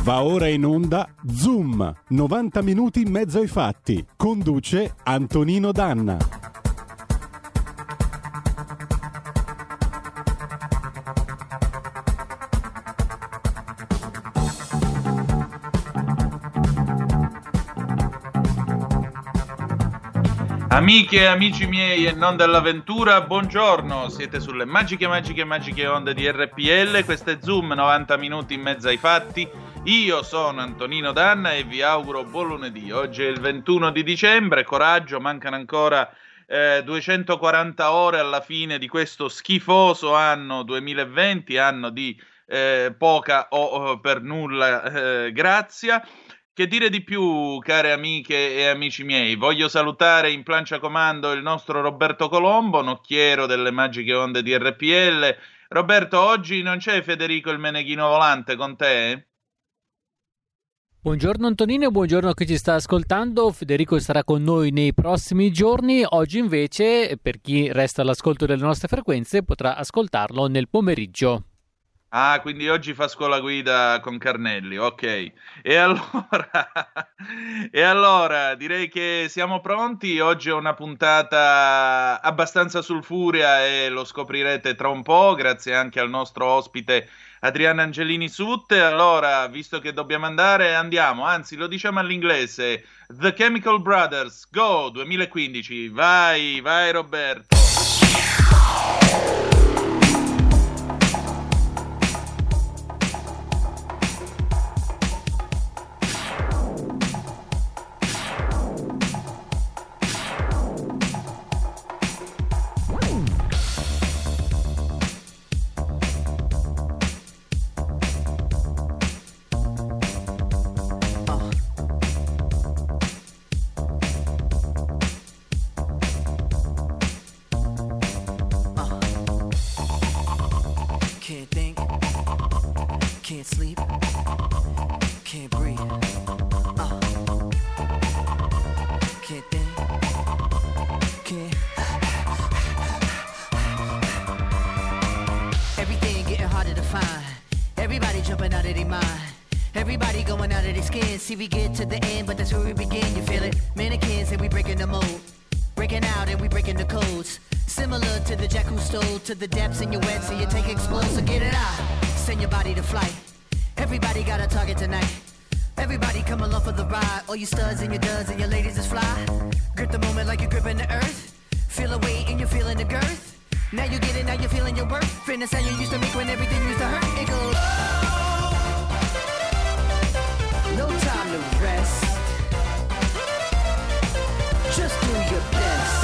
Va ora in onda Zoom, 90 minuti in mezzo ai fatti. Conduce Antonino Danna. Amiche e amici miei e non dell'avventura, buongiorno, siete sulle magiche onde di RPL, questo è Zoom, 90 minuti in mezzo ai fatti, io sono Antonino Danna e vi auguro buon lunedì, oggi è il 21 di dicembre, coraggio, mancano ancora 240 ore alla fine di questo schifoso anno 2020, anno di poca o per nulla grazia. Che dire di più, care amiche e amici miei? Voglio salutare in plancia comando il nostro Roberto Colombo, nocchiero delle magiche onde di RPL. Roberto, oggi non c'è Federico il Meneghino Volante con te? Buongiorno Antonino e buongiorno a chi ci sta ascoltando. Federico sarà con noi nei prossimi giorni. Oggi invece, per chi resta all'ascolto delle nostre frequenze, potrà ascoltarlo nel pomeriggio. Ah, quindi oggi fa scuola guida con Carnelli, ok. E allora, direi che siamo pronti. Oggi è una puntata abbastanza sulfurea e lo scoprirete tra un po', grazie anche al nostro ospite Adriana Angelini Sutte. Allora, visto che dobbiamo andare, andiamo. Anzi, lo diciamo all'inglese. The Chemical Brothers, Go 2015. Vai Roberto. See, we get to the end, but that's where we begin, you feel it? Mannequins and we breaking the mold, breaking out and we breaking the codes. Similar to the jack who stole to the depths in your web, so you take explode, so get it out. Send your body to flight. Everybody got a target tonight. Everybody come along for the ride. All you studs and your duds and your ladies is fly. Grip the moment like you're gripping the earth. Feel a weight and you're feeling the girth. Now you get it, now you're feeling your worth. Fitness how you used to make when everything used to hurt. It goes. No time to rest. Just do your best.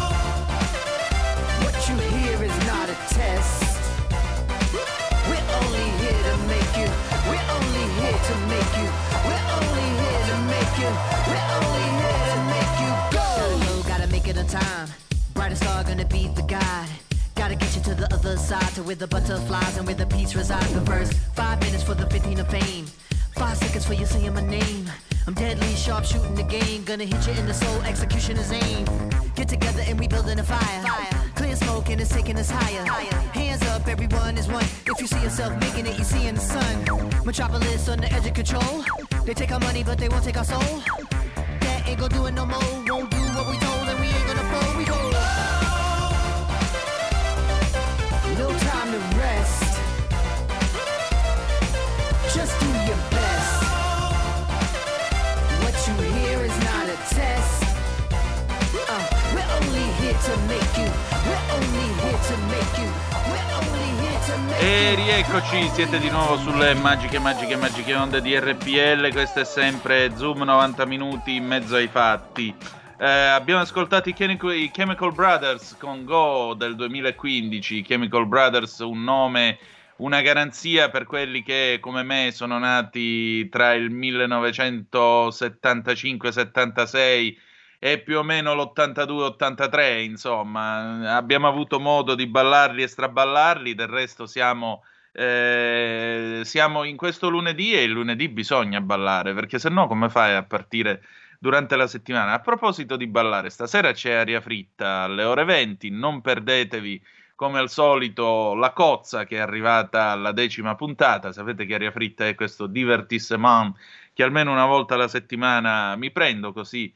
What you hear is not a test. We're only here to make you. We're only here to make you. We're only here to make you. We're only here to make you go. Gotta know, gotta make it on time. Brightest star gonna be the guide. Gotta get you to the other side, to where the butterflies and where the peace resides. The first 5 minutes for the 15 of fame. 5 seconds for you saying my name. I'm deadly sharp shooting the game. Gonna hit you in the soul, execution is aim. Get together and we building a fire. Clear smoke and it's taking us higher. Hands up, everyone is one. If you see yourself making it, you see in the sun. Metropolis on the edge of control. They take our money but they won't take our soul. That ain't gonna do it no more. Won't do what we told and we ain't gonna fold. We go. No time to rest. Just do your best. What you hear is not a test. We're only here to make you. We're only here to make you. We're only here to make you. E rieccoci, siete di nuovo sulle magiche onde di RPL. Questo è sempre Zoom 90 minuti in mezzo ai fatti. Abbiamo ascoltato i Chemical Brothers con Go del 2015. Chemical Brothers, un nome, una garanzia per quelli che come me sono nati tra il 1975-76 e più o meno l'82-83, insomma. Abbiamo avuto modo di ballarli e straballarli, del resto siamo in questo lunedì e il lunedì bisogna ballare, perché se no come fai a partire durante la settimana? A proposito di ballare, stasera c'è Aria Fritta alle ore 20, non perdetevi come al solito la cozza che è arrivata alla 10ª puntata. Sapete che Aria Fritta è questo divertissement che almeno una volta alla settimana mi prendo, così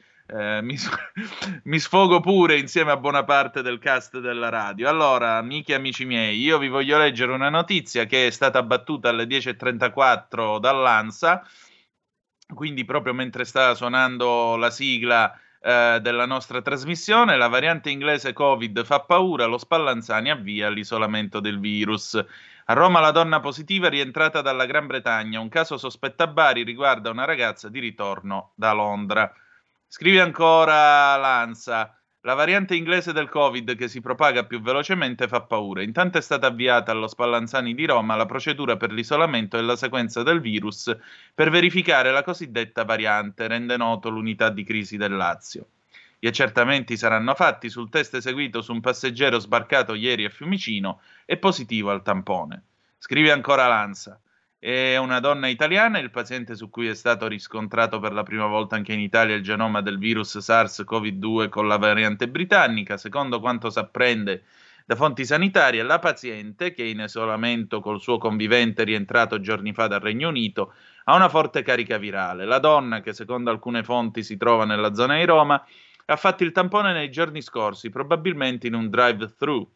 mi sfogo pure insieme a buona parte del cast della radio. Allora, amiche e amici miei, io vi voglio leggere una notizia che è stata battuta alle 10.34 dall'ANSA, quindi proprio mentre stava suonando la sigla della nostra trasmissione. La variante inglese Covid fa paura, lo Spallanzani avvia l'isolamento del virus. A Roma la donna positiva è rientrata dalla Gran Bretagna. Un caso sospetto a Bari riguarda una ragazza di ritorno da Londra. Scrive ancora l'ANSA: la variante inglese del Covid che si propaga più velocemente fa paura. Intanto è stata avviata allo Spallanzani di Roma la procedura per l'isolamento e la sequenza del virus per verificare la cosiddetta variante, rende noto l'unità di crisi del Lazio. Gli accertamenti saranno fatti sul test eseguito su un passeggero sbarcato ieri a Fiumicino e positivo al tampone. Scrive ancora l'ANSA: è una donna italiana il paziente su cui è stato riscontrato per la prima volta anche in Italia il genoma del virus SARS-CoV-2 con la variante britannica. Secondo quanto si apprende da fonti sanitarie, la paziente, che è in isolamento col suo convivente rientrato giorni fa dal Regno Unito, ha una forte carica virale. La donna, che secondo alcune fonti si trova nella zona di Roma, ha fatto il tampone nei giorni scorsi, probabilmente in un drive-thru.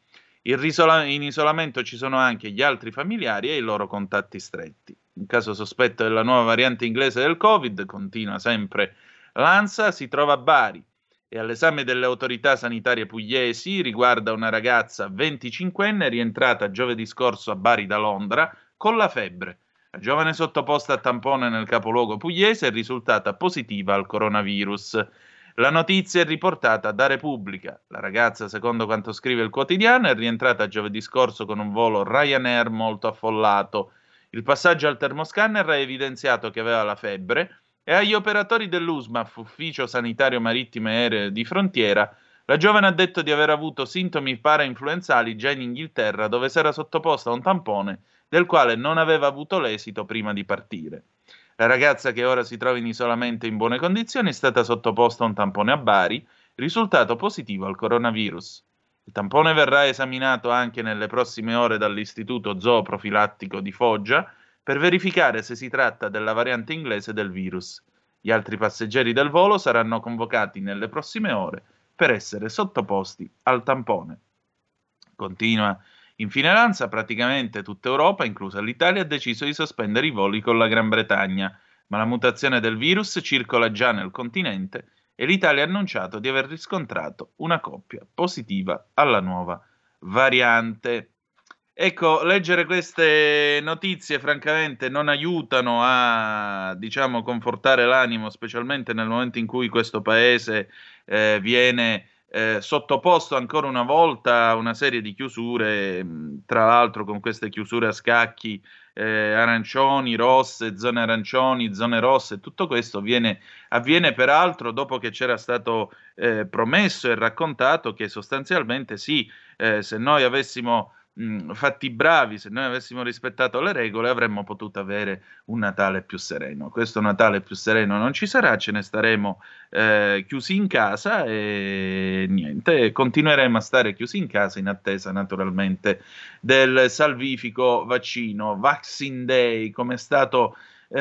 In isolamento ci sono anche gli altri familiari e i loro contatti stretti. Un caso sospetto della nuova variante inglese del Covid, continua sempre l'ANSA, si trova a Bari e all'esame delle autorità sanitarie pugliesi riguarda una ragazza 25enne rientrata giovedì scorso a Bari da Londra con la febbre. La giovane sottoposta a tampone nel capoluogo pugliese è risultata positiva al coronavirus. La notizia è riportata da Repubblica. La ragazza, secondo quanto scrive il quotidiano, è rientrata giovedì scorso con un volo Ryanair molto affollato. Il passaggio al termoscanner ha evidenziato che aveva la febbre e agli operatori dell'USMAF, Ufficio Sanitario Marittimo e Aereo di Frontiera, la giovane ha detto di aver avuto sintomi parainfluenzali già in Inghilterra, dove si era sottoposta a un tampone del quale non aveva avuto l'esito prima di partire. La ragazza, che ora si trova in isolamento in buone condizioni, è stata sottoposta a un tampone a Bari, risultato positivo al coronavirus. Il tampone verrà esaminato anche nelle prossime ore dall'Istituto Zooprofilattico di Foggia per verificare se si tratta della variante inglese del virus. Gli altri passeggeri del volo saranno convocati nelle prossime ore per essere sottoposti al tampone. Continua infine l'ANSA: praticamente tutta Europa, inclusa l'Italia, ha deciso di sospendere i voli con la Gran Bretagna, ma la mutazione del virus circola già nel continente e l'Italia ha annunciato di aver riscontrato una coppia positiva alla nuova variante. Ecco, leggere queste notizie francamente non aiutano a, diciamo, confortare l'animo, specialmente nel momento in cui questo paese viene sottoposto ancora una volta a una serie di chiusure, tra l'altro con queste chiusure a scacchi, arancioni, rosse, zone arancioni, zone rosse. Tutto questo avviene peraltro dopo che c'era stato promesso e raccontato che sostanzialmente sì, se noi avessimo fatti bravi, se noi avessimo rispettato le regole, avremmo potuto avere un Natale più sereno. Questo Natale più sereno non ci sarà, ce ne staremo chiusi in casa e niente, continueremo a stare chiusi in casa in attesa naturalmente del salvifico vaccino. Vaccine Day, come è stato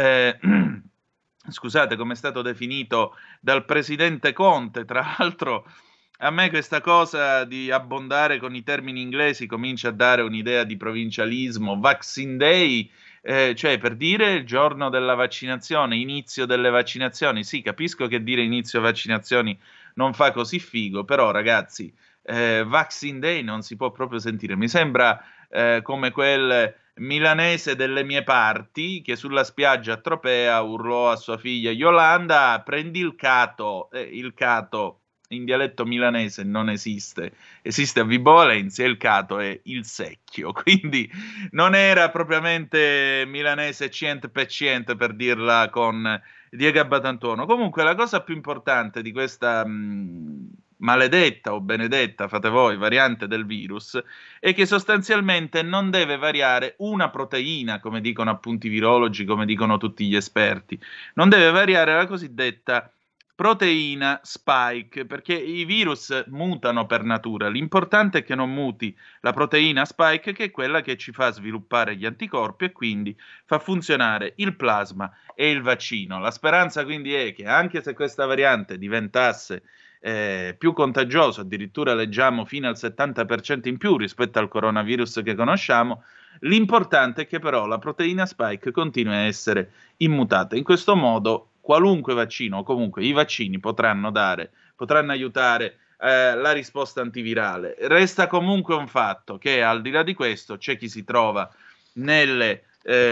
scusate, come è stato definito dal presidente Conte. Tra l'altro, a me questa cosa di abbondare con i termini inglesi comincia a dare un'idea di provincialismo. Vaccine Day, cioè per dire il giorno della vaccinazione, inizio delle vaccinazioni. Sì, capisco che dire inizio vaccinazioni non fa così figo, però ragazzi, Vaccine Day non si può proprio sentire. Mi sembra come quel milanese delle mie parti che sulla spiaggia a Tropea urlò a sua figlia Yolanda: prendi il cato. Il cato in dialetto milanese non esiste a Vibo Valentia, e il cato è il secchio, quindi non era propriamente milanese cient per dirla con Diego Batantuono. Comunque la cosa più importante di questa maledetta o benedetta, fate voi, variante del virus è che sostanzialmente non deve variare una proteina, come dicono appunto i virologi, come dicono tutti gli esperti, non deve variare la cosiddetta proteina spike, perché i virus mutano per natura. L'importante è che non muti la proteina spike, che è quella che ci fa sviluppare gli anticorpi e quindi fa funzionare il plasma e il vaccino. La speranza quindi è che, anche se questa variante diventasse più contagioso, addirittura leggiamo fino al 70% in più rispetto al coronavirus che conosciamo, l'importante è che però la proteina spike continui a essere immutata. In questo modo qualunque vaccino, o comunque i vaccini, potranno aiutare la risposta antivirale. Resta comunque un fatto che, al di là di questo, c'è chi si trova nelle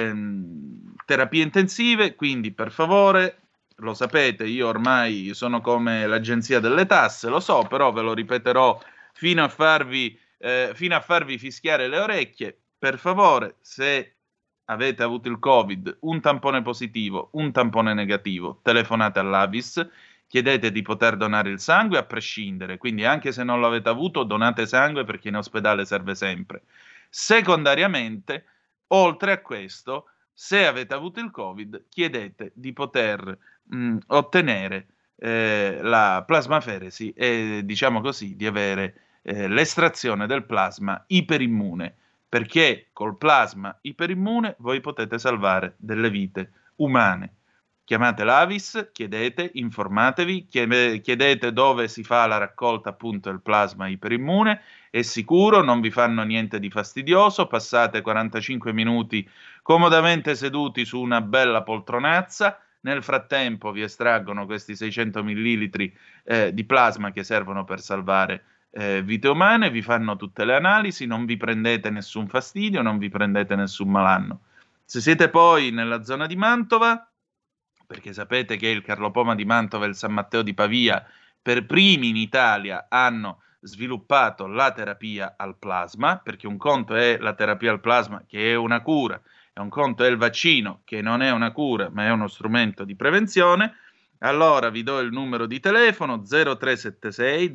terapie intensive, quindi per favore, lo sapete, io ormai sono come l'agenzia delle tasse, lo so, però ve lo ripeterò fino a farvi fischiare le orecchie. Per favore, se avete avuto il Covid, un tampone positivo, un tampone negativo, telefonate all'Avis, chiedete di poter donare il sangue a prescindere, quindi anche se non l'avete avuto, donate sangue, perché in ospedale serve sempre. Secondariamente, oltre a questo, se avete avuto il Covid, chiedete di poter ottenere la plasmaferesi e, diciamo così, di avere l'estrazione del plasma iperimmune, perché col plasma iperimmune voi potete salvare delle vite umane. Chiamate l'Avis, chiedete, informatevi, chiedete dove si fa la raccolta appunto del plasma iperimmune, è sicuro, non vi fanno niente di fastidioso, passate 45 minuti comodamente seduti su una bella poltronazza, nel frattempo vi estraggono questi 600 millilitri di plasma che servono per salvare vite umane, vi fanno tutte le analisi, non vi prendete nessun fastidio, non vi prendete nessun malanno. Se siete poi nella zona di Mantova, perché sapete che il Carlo Poma di Mantova e il San Matteo di Pavia per primi in Italia hanno sviluppato la terapia al plasma, perché un conto è la terapia al plasma, che è una cura, e un conto è il vaccino, che non è una cura ma è uno strumento di prevenzione. Allora vi do il numero di telefono 0376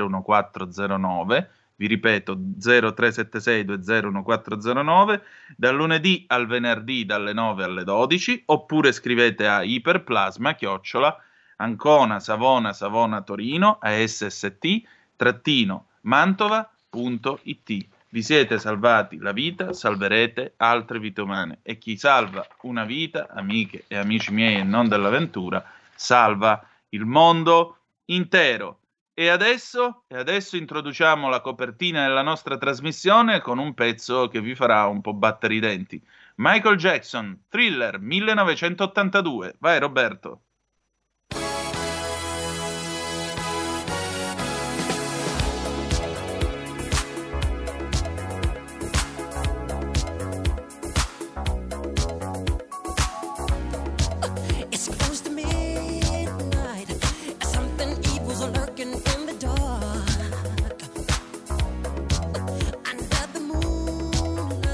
201409, vi ripeto 0376 201409, dal lunedì al venerdì dalle 9 alle 12, oppure scrivete a iperplasma @ Savona Savona Torino ASST-Mantova.it. Vi siete salvati la vita, salverete altre vite umane, e chi salva una vita, amiche e amici miei e non dell'avventura, salva il mondo intero. E adesso introduciamo la copertina della nostra trasmissione con un pezzo che vi farà un po' battere i denti. Michael Jackson, Thriller 1982. Vai Roberto.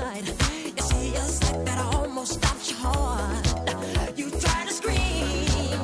You try to scream.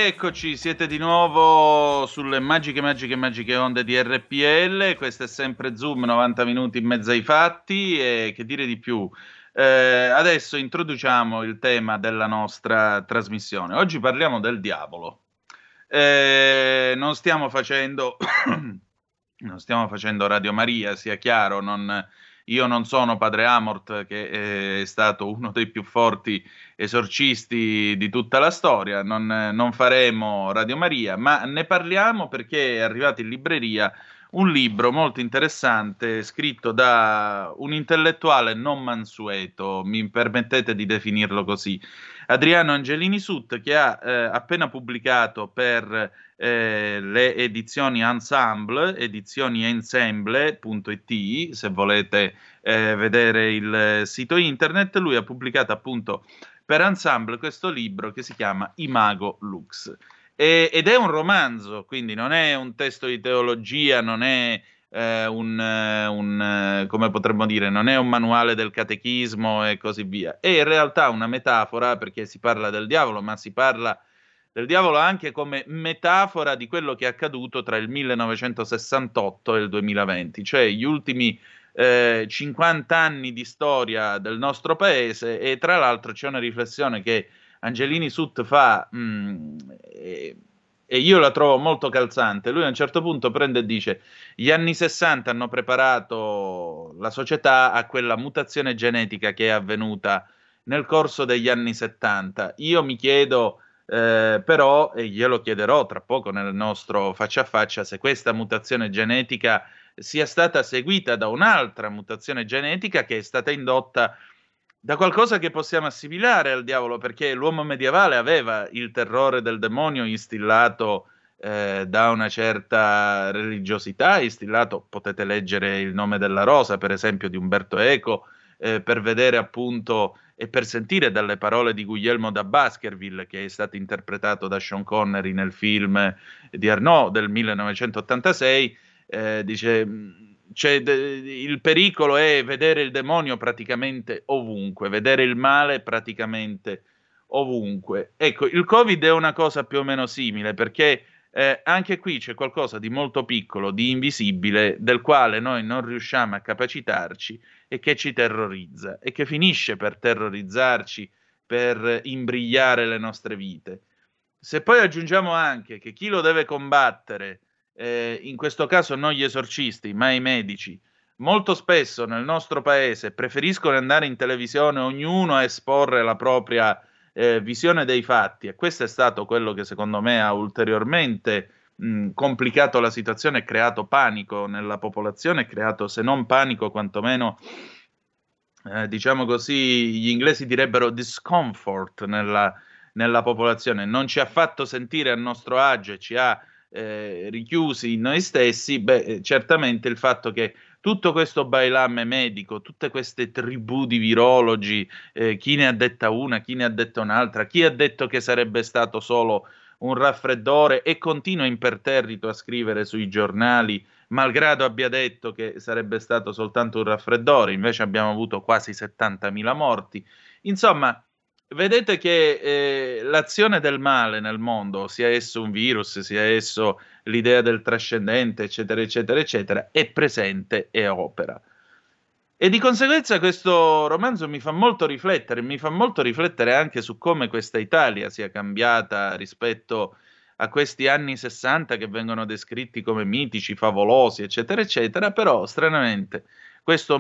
Eccoci, siete di nuovo sulle magiche onde di RPL. Questo è sempre Zoom, 90 minuti in mezzo ai fatti. E che dire di più? Adesso introduciamo il tema della nostra trasmissione. Oggi parliamo del diavolo. Non stiamo facendo Radio Maria, sia chiaro. Io non sono Padre Amort, che è stato uno dei più forti esorcisti di tutta la storia. Non faremo Radio Maria, ma ne parliamo perché è arrivato in libreria un libro molto interessante scritto da un intellettuale non mansueto, mi permettete di definirlo così, Adriano Angelini Sut, che ha appena pubblicato per le edizioni Ensemble, edizionieNsemble.it, se volete vedere il sito internet. Lui ha pubblicato appunto per Ensemble questo libro che si chiama Imago Lux. Ed è un romanzo, quindi non è un testo di teologia, non è come potremmo dire, non è un manuale del catechismo e così via. È in realtà una metafora, perché si parla del diavolo, ma si parla del diavolo anche come metafora di quello che è accaduto tra il 1968 e il 2020, cioè gli ultimi 50 anni di storia del nostro paese. E tra l'altro c'è una riflessione che Angelini Sut fa e io la trovo molto calzante. Lui a un certo punto prende e dice: gli anni 60 hanno preparato la società a quella mutazione genetica che è avvenuta nel corso degli anni 70. Io mi chiedo però, e glielo chiederò tra poco nel nostro faccia a faccia, se questa mutazione genetica sia stata seguita da un'altra mutazione genetica che è stata indotta da qualcosa che possiamo assimilare al diavolo, perché l'uomo medievale aveva il terrore del demonio instillato da una certa religiosità, instillato, potete leggere Il nome della rosa, per esempio, di Umberto Eco, per vedere appunto e per sentire dalle parole di Guglielmo da Baskerville, che è stato interpretato da Sean Connery nel film di Arnaud del 1986, dice... il pericolo è vedere il demonio praticamente ovunque, vedere il male praticamente ovunque. Ecco, il Covid è una cosa più o meno simile, perché anche qui c'è qualcosa di molto piccolo, di invisibile, del quale noi non riusciamo a capacitarci e che ci terrorizza e che finisce per terrorizzarci, per imbrigliare le nostre vite. Se poi aggiungiamo anche che chi lo deve combattere, in questo caso non gli esorcisti, ma i medici, molto spesso nel nostro paese preferiscono andare in televisione ognuno a esporre la propria visione dei fatti, e questo è stato quello che secondo me ha ulteriormente complicato la situazione e creato panico nella popolazione, creato, se non panico, quantomeno diciamo così, gli inglesi direbbero discomfort nella popolazione. Non ci ha fatto sentire a nostro agio e ci ha richiusi in noi stessi. Certamente il fatto che tutto questo bailamme medico, tutte queste tribù di virologi, chi ne ha detta una, chi ne ha detta un'altra, chi ha detto che sarebbe stato solo un raffreddore e continua imperterrito a scrivere sui giornali, malgrado abbia detto che sarebbe stato soltanto un raffreddore, invece abbiamo avuto quasi 70.000 morti. Insomma, vedete che l'azione del male nel mondo, sia esso un virus, sia esso l'idea del trascendente, eccetera, eccetera, eccetera, è presente e opera. E di conseguenza questo romanzo mi fa molto riflettere anche su come questa Italia sia cambiata rispetto a questi anni 60 che vengono descritti come mitici, favolosi, eccetera, eccetera, però stranamente questo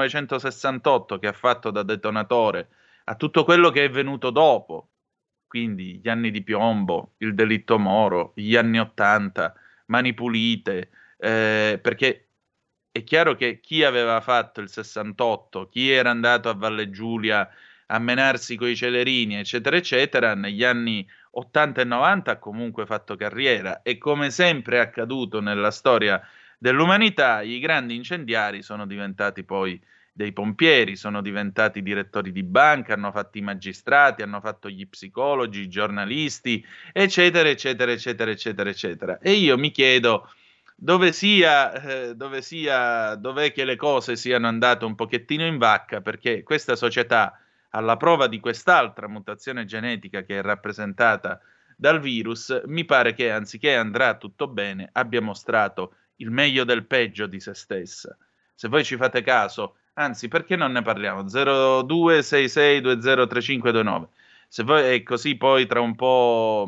1968 che ha fatto da detonatore a tutto quello che è venuto dopo, quindi gli anni di piombo, il delitto Moro, gli anni 80, Mani Pulite, perché è chiaro che chi aveva fatto il 68, chi era andato a Valle Giulia a menarsi coi celerini, eccetera, eccetera, negli anni 80 e 90 ha comunque fatto carriera, e come sempre è accaduto nella storia dell'umanità, i grandi incendiari sono diventati poi dei pompieri, sono diventati direttori di banca, hanno fatto i magistrati, hanno fatto gli psicologi, i giornalisti, eccetera, eccetera, eccetera, eccetera, eccetera. E io mi chiedo dov'è che le cose siano andate un pochettino in vacca, perché questa società, alla prova di quest'altra mutazione genetica che è rappresentata dal virus, mi pare che anziché andrà tutto bene, abbia mostrato il meglio del peggio di se stessa. Se voi ci fate caso, anzi, perché non ne parliamo? 0266203529. Se voi, e così poi tra un po'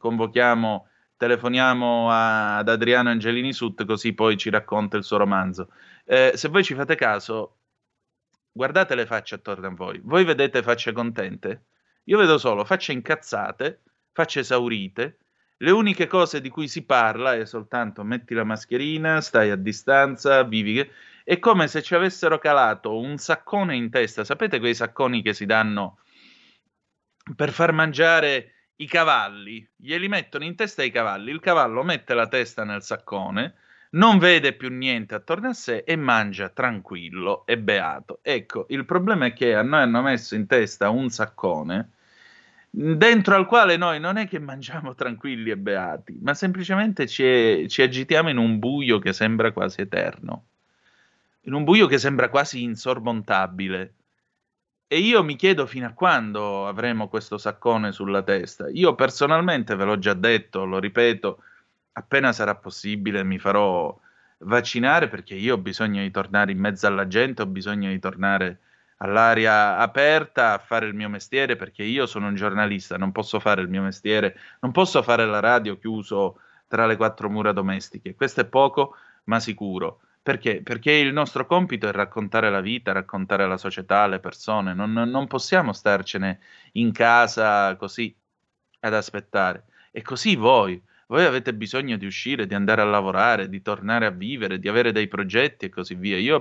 telefoniamo ad Adriano Angelini Sut, così poi ci racconta il suo romanzo. Se voi ci fate caso, guardate le facce attorno a voi. Voi vedete facce contente? Io vedo solo facce incazzate, facce esaurite. Le uniche cose di cui si parla è soltanto metti la mascherina, stai a distanza, vivi. È come se ci avessero calato un saccone in testa. Sapete quei sacconi che si danno per far mangiare i cavalli? Glieli mettono in testa ai cavalli. Il cavallo mette la testa nel saccone, non vede più niente attorno a sé e mangia tranquillo e beato. Ecco, il problema è che a noi hanno messo in testa un saccone dentro al quale noi non è che mangiamo tranquilli e beati, ma semplicemente ci agitiamo in un buio che sembra quasi eterno, in un buio che sembra quasi insormontabile. E io mi chiedo fino a quando avremo questo saccone sulla testa. Io personalmente, ve l'ho già detto, lo ripeto, appena sarà possibile mi farò vaccinare, perché io ho bisogno di tornare in mezzo alla gente, ho bisogno di tornare all'aria aperta a fare il mio mestiere, perché io sono un giornalista, non posso fare il mio mestiere, non posso fare la radio chiuso tra le quattro mura domestiche. Questo è poco, ma sicuro. Perché? Perché il nostro compito è raccontare la vita, raccontare la società, le persone. Non possiamo starcene in casa così ad aspettare. E così voi avete bisogno di uscire, di andare a lavorare, di tornare a vivere, di avere dei progetti e così via. Io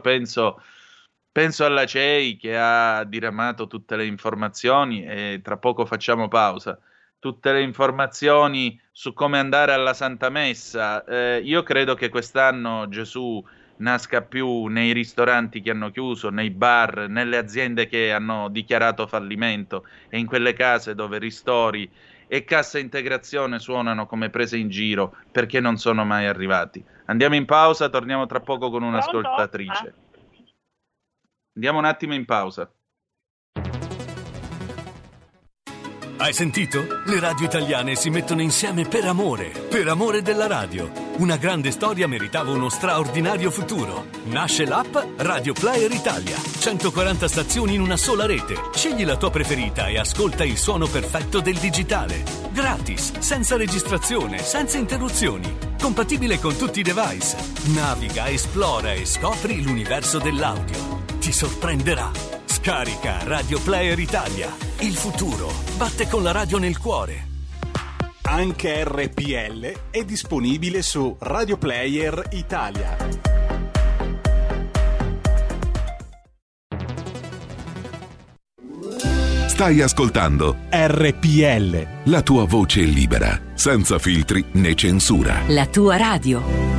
penso alla CEI che ha diramato tutte le informazioni, e tra poco facciamo pausa. Tutte le informazioni su come andare alla Santa Messa. Io credo che quest'anno Gesù nasca più nei ristoranti che hanno chiuso, nei bar, nelle aziende che hanno dichiarato fallimento e in quelle case dove ristori e cassa integrazione suonano come prese in giro perché non sono mai arrivati. Andiamo in pausa, torniamo tra poco con un'ascoltatrice. Andiamo un attimo in pausa. Hai sentito? Le radio italiane si mettono insieme per amore della radio. Una grande storia meritava uno straordinario futuro. Nasce l'app Radio Player Italia. 140 stazioni in una sola rete. Scegli la tua preferita e ascolta il suono perfetto del digitale. Gratis, senza registrazione, senza interruzioni. Compatibile con tutti i device. Naviga, esplora e scopri l'universo dell'audio. Ti sorprenderà. Scarica Radio Player Italia. Il futuro batte con la radio nel cuore. Anche RPL è disponibile su Radio Player Italia. Stai ascoltando RPL, la tua voce libera, senza filtri né censura. La tua radio.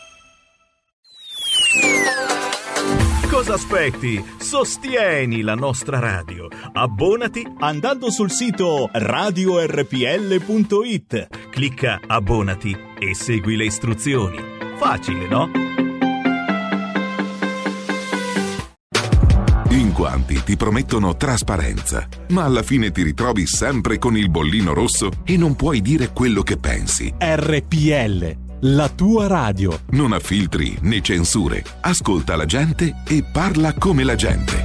Cosa aspetti? Sostieni la nostra radio. Abbonati andando sul sito radiorpl.it. Clicca abbonati e segui le istruzioni. Facile, no? In quanti ti promettono trasparenza, ma alla fine ti ritrovi sempre con il bollino rosso e non puoi dire quello che pensi. RPL, la tua radio. Non ha filtri né censure. Ascolta la gente e parla come la gente.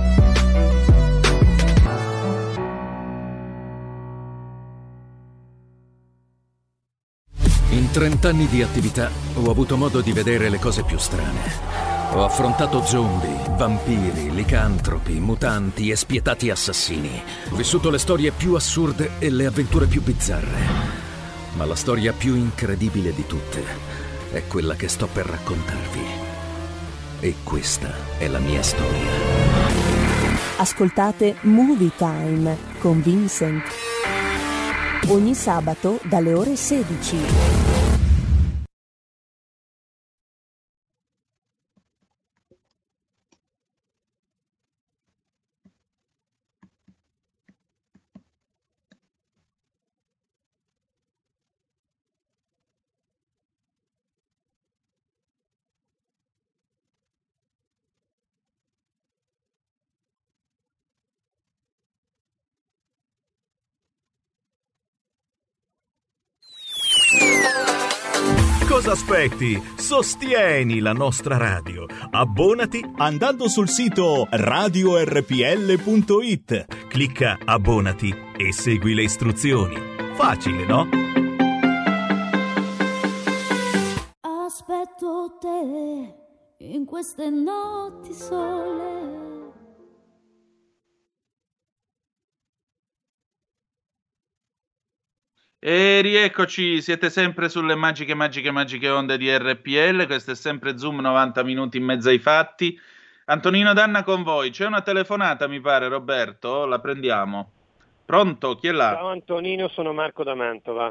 In 30 anni di attività ho avuto modo di vedere le cose più strane. Ho affrontato zombie, vampiri, licantropi, mutanti e spietati assassini. Ho vissuto le storie più assurde e le avventure più bizzarre. Ma la storia più incredibile di tutte è quella che sto per raccontarvi. E questa è la mia storia. Ascoltate Movie Time con Vincent. Ogni sabato dalle ore 16. Cosa aspetti? Sostieni la nostra radio. Abbonati andando sul sito radiorpl.it. Clicca abbonati e segui le istruzioni. Facile, no? Aspetto te in queste notti sole. E rieccoci, siete sempre sulle magiche onde di RPL, questo è sempre Zoom, 90 minuti in mezzo ai fatti. Antonino Danna con voi, c'è una telefonata mi pare, Roberto, la prendiamo. Pronto, chi è là? Ciao Antonino, sono Marco da Mantova.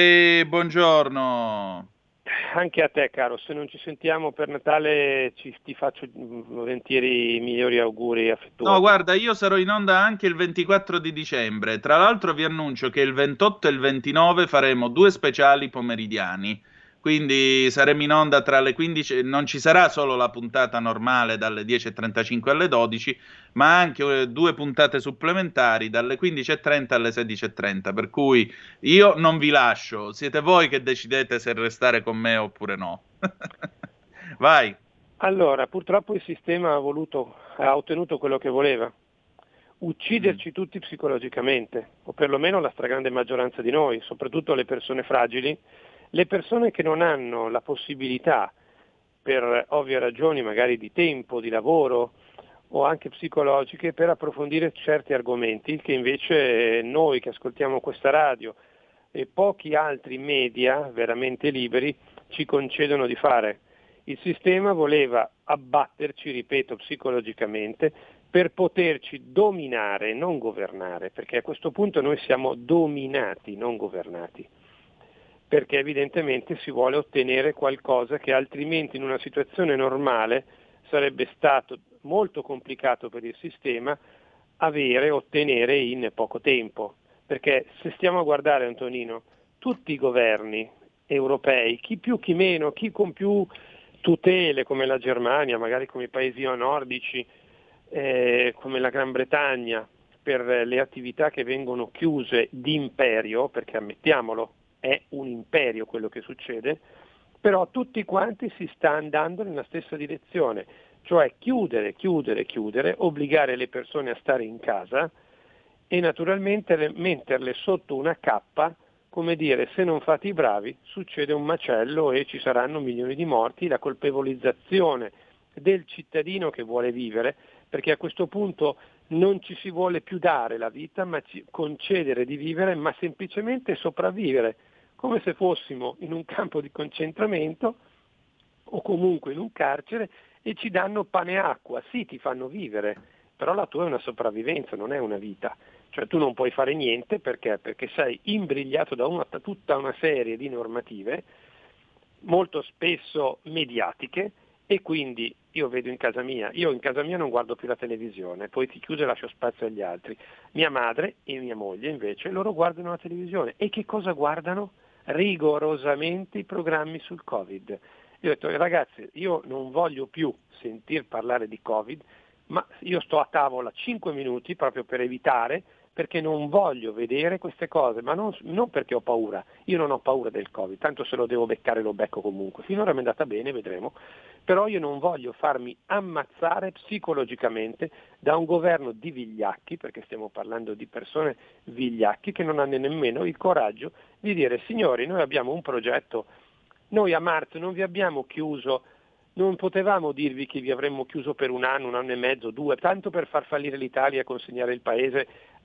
Buongiorno. Anche a te caro, se non ci sentiamo per Natale ti faccio volentieri i migliori auguri affettuosi. No, guarda, io sarò in onda anche il 24 di dicembre, tra l'altro vi annuncio che il 28 e il 29 faremo 2 speciali pomeridiani, quindi saremo in onda tra le 15, non ci sarà solo la puntata normale dalle 10.35 alle 12, ma anche 2 puntate supplementari dalle 15.30 alle 16.30, per cui io non vi lascio, siete voi che decidete se restare con me oppure no. Vai. Allora, purtroppo il sistema ha ottenuto quello che voleva, ucciderci tutti psicologicamente, o perlomeno la stragrande maggioranza di noi, soprattutto le persone fragili, le persone che non hanno la possibilità, per ovvie ragioni magari di tempo, di lavoro o anche psicologiche, per approfondire certi argomenti che invece noi che ascoltiamo questa radio e pochi altri media veramente liberi ci concedono di fare. Il sistema voleva abbatterci, ripeto, psicologicamente per poterci dominare, non governare, perché a questo punto noi siamo dominati, non governati. Perché evidentemente si vuole ottenere qualcosa che altrimenti in una situazione normale sarebbe stato molto complicato per il sistema ottenere in poco tempo. Perché se stiamo a guardare, Antonino, tutti i governi europei, chi più chi meno, chi con più tutele come la Germania, magari come i paesi nordici, come la Gran Bretagna, per le attività che vengono chiuse d'imperio, perché ammettiamolo, è un imperio quello che succede, però tutti quanti si sta andando nella stessa direzione, cioè chiudere, obbligare le persone a stare in casa e naturalmente metterle sotto una cappa, come dire, se non fate i bravi succede un macello e ci saranno milioni di morti, la colpevolizzazione del cittadino che vuole vivere, perché a questo punto non ci si vuole più dare la vita, ma concedere di vivere, ma semplicemente sopravvivere, come se fossimo in un campo di concentramento o comunque in un carcere e ci danno pane e acqua. Sì, ti fanno vivere, però la tua è una sopravvivenza, non è una vita. Cioè tu non puoi fare niente perché sei imbrigliato da tutta una serie di normative, molto spesso mediatiche, e quindi io in casa mia non guardo più la televisione, poi ti chiudo e lascio spazio agli altri. Mia madre e mia moglie invece, loro guardano la televisione. E che cosa guardano? Rigorosamente i programmi sul Covid. Io ho detto, ragazzi, io non voglio più sentir parlare di Covid, ma io sto a tavola 5 minuti proprio per evitare, perché non voglio vedere queste cose, ma non perché ho paura. Io non ho paura del Covid, tanto se lo devo beccare lo becco comunque. Finora mi è andata bene, vedremo. Però io non voglio farmi ammazzare psicologicamente da un governo di vigliacchi, perché stiamo parlando di persone vigliacchi che non hanno nemmeno il coraggio di dire: signori, noi abbiamo un progetto, noi a marzo non vi abbiamo chiuso, non potevamo dirvi che vi avremmo chiuso per un anno e mezzo, 2, tanto per far fallire l'Italia e consegnare il paese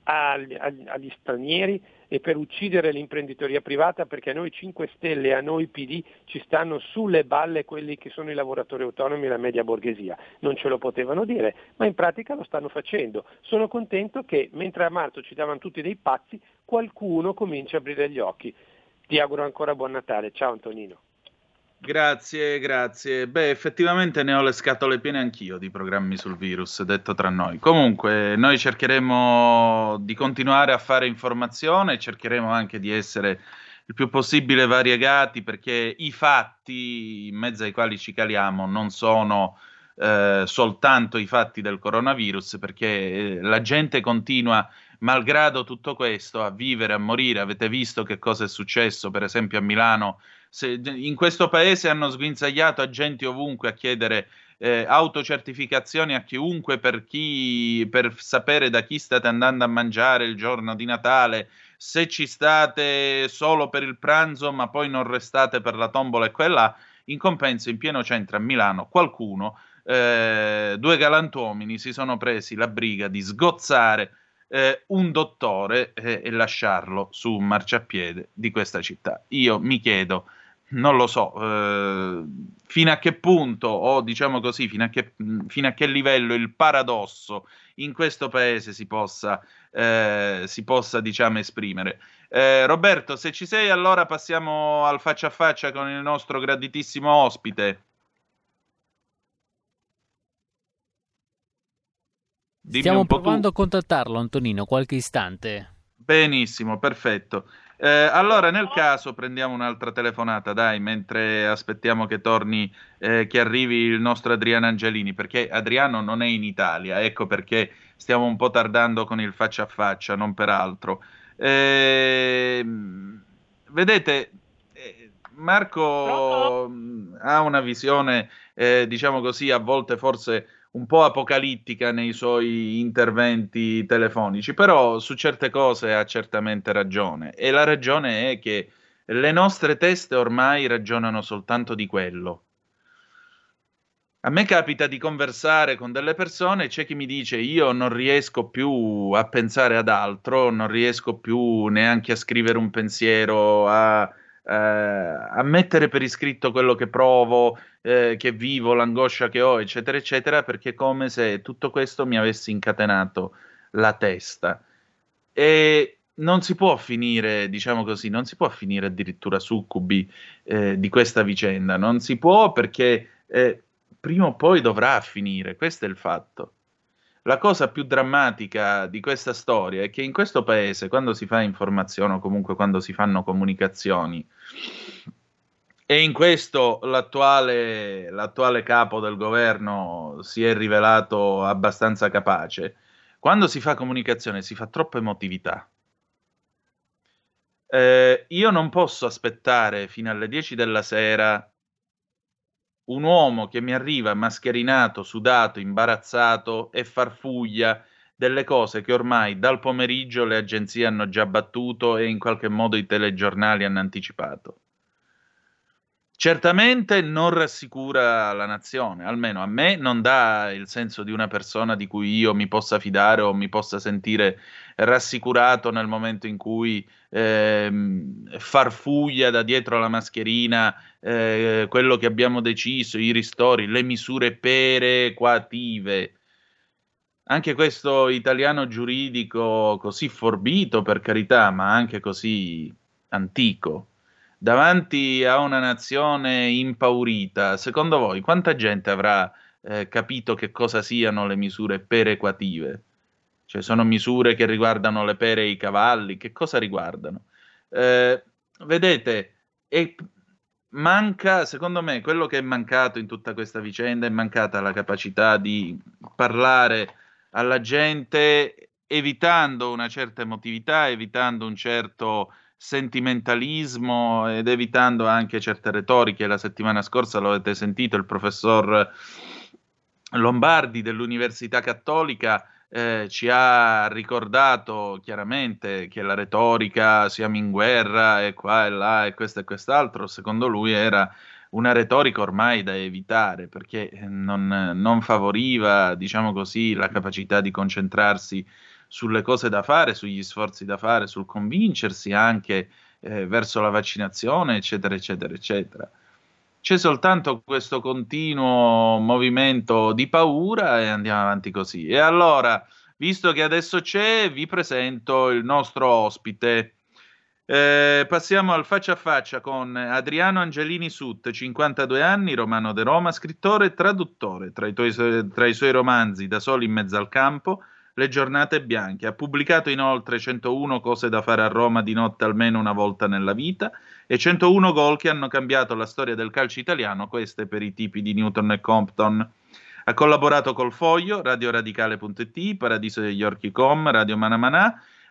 agli stranieri e per uccidere l'imprenditoria privata, perché a noi 5 Stelle e a noi PD ci stanno sulle balle quelli che sono i lavoratori autonomi e la media borghesia. Non ce lo potevano dire, ma in pratica lo stanno facendo. Sono contento che mentre a marzo ci davano tutti dei pazzi, qualcuno comincia a aprire gli occhi. Ti auguro ancora buon Natale. Ciao Antonino. Grazie. Beh, effettivamente ne ho le scatole piene anch'io di programmi sul virus, detto tra noi. Comunque, noi cercheremo di continuare a fare informazione, cercheremo anche di essere il più possibile variegati, perché i fatti in mezzo ai quali ci caliamo non sono soltanto i fatti del coronavirus, perché la gente continua, malgrado tutto questo, a vivere, a morire. Avete visto che cosa è successo, per esempio, a Milano in questo paese hanno sguinzagliato agenti ovunque a chiedere autocertificazioni a chiunque per sapere da chi state andando a mangiare il giorno di Natale, se ci state solo per il pranzo ma poi non restate per la tombola e quella. In compenso, in pieno centro a Milano, qualcuno, 2 galantuomini si sono presi la briga di sgozzare un dottore e lasciarlo su un marciapiede di questa città. Io mi chiedo, non lo so, fino a che punto, o diciamo così, fino a che livello il paradosso in questo paese si possa diciamo esprimere. Roberto, se ci sei, allora passiamo al faccia a faccia con il nostro graditissimo ospite. Stiamo provando a contattarlo, Antonino, qualche istante. Benissimo, perfetto. Allora, nel caso prendiamo un'altra telefonata, dai, mentre aspettiamo che torni, che arrivi il nostro Adriano Angelini, perché Adriano non è in Italia, ecco perché stiamo un po' tardando con il faccia a faccia, non per altro. Vedete, Marco ha una visione, diciamo così, a volte forse un po' apocalittica nei suoi interventi telefonici, però su certe cose ha certamente ragione, e la ragione è che le nostre teste ormai ragionano soltanto di quello. A me capita di conversare con delle persone, c'è chi mi dice io non riesco più a pensare ad altro, non riesco più neanche a scrivere un pensiero, a mettere per iscritto quello che provo, che vivo, l'angoscia che ho, eccetera, eccetera, perché è come se tutto questo mi avesse incatenato la testa. E non si può finire, diciamo così, non si può finire addirittura succubi di questa vicenda, non si può, perché prima o poi dovrà finire, questo è il fatto. La cosa più drammatica di questa storia è che in questo paese, quando si fa informazione o comunque quando si fanno comunicazioni, e in questo l'attuale capo del governo si è rivelato abbastanza capace, quando si fa comunicazione si fa troppa emotività. Io non posso aspettare fino alle 10 della sera un uomo che mi arriva mascherinato, sudato, imbarazzato e farfuglia delle cose che ormai dal pomeriggio le agenzie hanno già battuto e in qualche modo i telegiornali hanno anticipato. Certamente non rassicura la nazione, almeno a me non dà il senso di una persona di cui io mi possa fidare o mi possa sentire rassicurato nel momento in cui farfuglia da dietro la mascherina quello che abbiamo deciso, i ristori, le misure perequative. Anche questo italiano giuridico così forbito, per carità, ma anche così antico. Davanti a una nazione impaurita, secondo voi quanta gente avrà capito che cosa siano le misure perequative? Cioè sono misure che riguardano le pere e i cavalli, che cosa riguardano? Vedete, manca, secondo me, quello che è mancato in tutta questa vicenda è mancata la capacità di parlare alla gente evitando una certa emotività, evitando un certo sentimentalismo ed evitando anche certe retoriche. La settimana scorsa lo avete sentito, il professor Lombardi dell'Università Cattolica ci ha ricordato chiaramente che la retorica siamo in guerra e qua e là e questo e quest'altro, secondo lui era una retorica ormai da evitare perché non favoriva, diciamo così, la capacità di concentrarsi sulle cose da fare, sugli sforzi da fare, sul convincersi anche verso la vaccinazione, eccetera, eccetera, eccetera. C'è soltanto questo continuo movimento di paura e andiamo avanti così. E allora, visto che adesso c'è, vi presento il nostro ospite. Passiamo al faccia a faccia con Adriano Angelini Sut, 52 anni, romano de Roma, scrittore e traduttore. Tra i suoi romanzi Da soli in mezzo al campo, Le giornate bianche. Ha pubblicato inoltre 101 cose da fare a Roma di notte almeno una volta nella vita e 101 gol che hanno cambiato la storia del calcio italiano, queste per i tipi di Newton e Compton. Ha collaborato col Foglio, radioradicale.it, Paradiso degli Orchi.com, Radio Manamanà.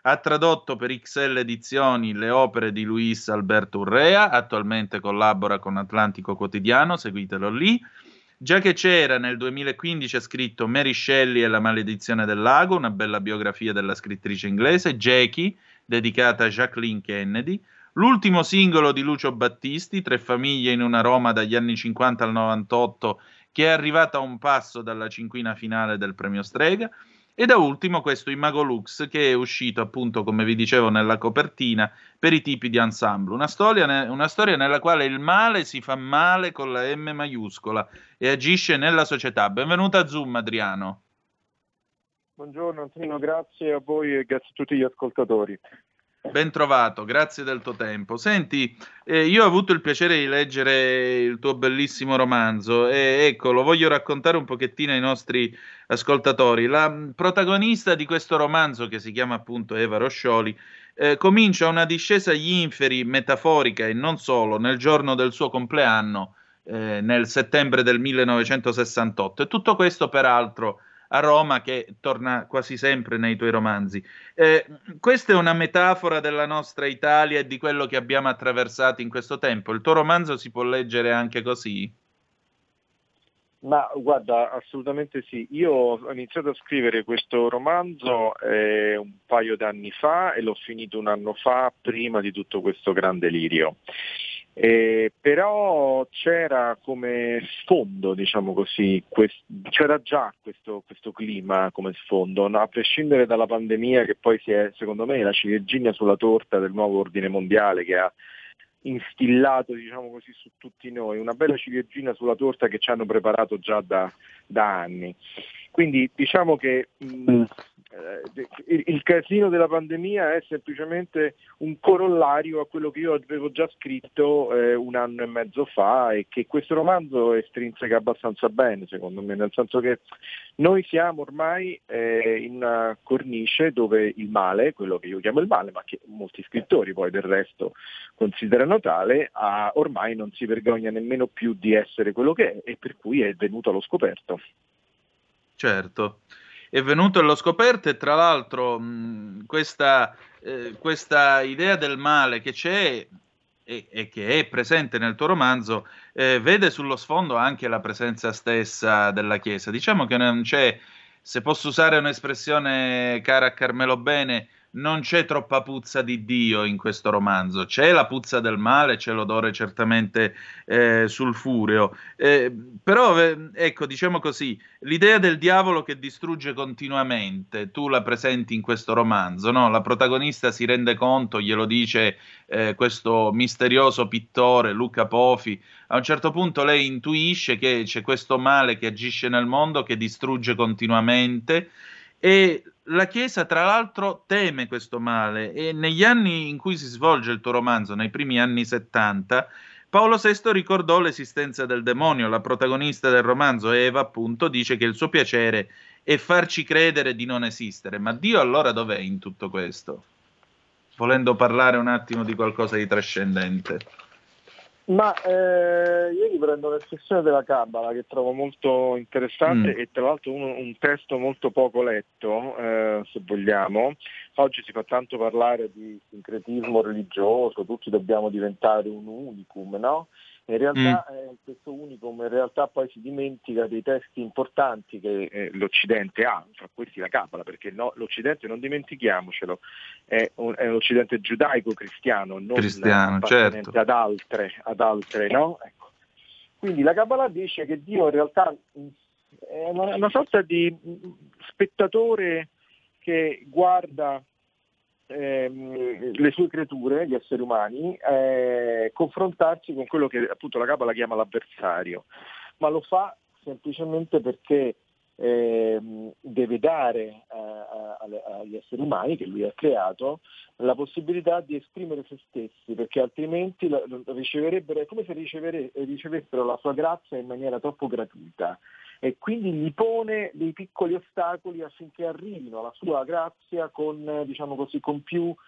Ha tradotto per XL Edizioni le opere di Luis Alberto Urrea, attualmente collabora con Atlantico Quotidiano, seguitelo lì. Già che c'era, nel 2015 ha scritto Mary Shelley e la maledizione del lago, una bella biografia della scrittrice inglese, Jackie, dedicata a Jacqueline Kennedy, l'ultimo singolo di Lucio Battisti, Tre famiglie in una Roma dagli anni 50 al 98, che è arrivata a un passo dalla cinquina finale del premio Strega, e da ultimo questo Imago Lux, che è uscito appunto, come vi dicevo, nella copertina per i tipi di ensemble. Una storia nella quale il male si fa male con la M maiuscola e agisce nella società. Benvenuto a Zoom, Adriano. Buongiorno Antonino, grazie a voi e grazie a tutti gli ascoltatori. Ben trovato, grazie del tuo tempo. Senti, io ho avuto il piacere di leggere il tuo bellissimo romanzo e ecco, lo voglio raccontare un pochettino ai nostri ascoltatori. La protagonista di questo romanzo, che si chiama appunto Eva Roscioli, comincia una discesa agli inferi metaforica e non solo nel giorno del suo compleanno, nel settembre del 1968. E tutto questo peraltro a Roma, che torna quasi sempre nei tuoi romanzi. Questa è una metafora della nostra Italia e di quello che abbiamo attraversato in questo tempo. Il tuo romanzo si può leggere anche così? Ma guarda, assolutamente sì. Io ho iniziato a scrivere questo romanzo un paio d'anni fa e l'ho finito un anno fa, prima di tutto questo gran delirio. Però c'era come sfondo, diciamo così, c'era già questo clima come sfondo, no? A prescindere dalla pandemia, che poi secondo me, la ciliegina sulla torta del nuovo ordine mondiale che ha instillato, diciamo così, su tutti noi, una bella ciliegina sulla torta che ci hanno preparato già da anni. Quindi diciamo che il casino della pandemia è semplicemente un corollario a quello che io avevo già scritto un anno e mezzo fa, e che questo romanzo estrinseca abbastanza bene, secondo me, nel senso che noi siamo ormai in una cornice dove il male, quello che io chiamo il male, ma che molti scrittori poi del resto considerano tale, ormai non si vergogna nemmeno più di essere quello che è, e per cui è venuto allo scoperto. Certo, è venuto allo scoperto, e tra l'altro questa idea del male che c'è e che è presente nel tuo romanzo vede sullo sfondo anche la presenza stessa della Chiesa. Diciamo che non c'è, se posso usare un'espressione cara a Carmelo Bene, non c'è troppa puzza di Dio in questo romanzo. C'è la puzza del male, c'è l'odore certamente sulfureo, però ecco, diciamo così, l'idea del diavolo che distrugge continuamente tu la presenti in questo romanzo, no? La protagonista si rende conto, glielo dice questo misterioso pittore Luca Pofi. A un certo punto lei intuisce che c'è questo male che agisce nel mondo, che distrugge continuamente, e la Chiesa tra l'altro teme questo male, e negli anni in cui si svolge il tuo romanzo, nei primi anni 70, Paolo VI ricordò l'esistenza del demonio. La protagonista del romanzo, Eva, appunto, dice che il suo piacere è farci credere di non esistere. Ma Dio allora dov'è in tutto questo? Volendo parlare un attimo di qualcosa di trascendente. Ma io riprendo l'espressione della Cabala, che trovo molto interessante e tra l'altro un testo molto poco letto, se vogliamo. Oggi si fa tanto parlare di sincretismo religioso, tutti dobbiamo diventare un unicum, no? In realtà questo unicum in realtà poi si dimentica dei testi importanti che l'Occidente ha, fra questi la Cabala, perché no, l'Occidente, non dimentichiamocelo, è un Occidente giudaico-cristiano, non appartenente certo. ad altre, no? Ecco. Quindi la Cabala dice che Dio in realtà è una sorta di spettatore che guarda le sue creature, gli esseri umani, confrontarsi con quello che appunto la Cabala chiama l'avversario, ma lo fa semplicemente perché deve dare agli esseri umani che lui ha creato la possibilità di esprimere se stessi, perché altrimenti riceverebbero, è come se ricevessero la sua grazia in maniera troppo gratuita, e quindi gli pone dei piccoli ostacoli affinché arrivino alla sua grazia con, diciamo così, con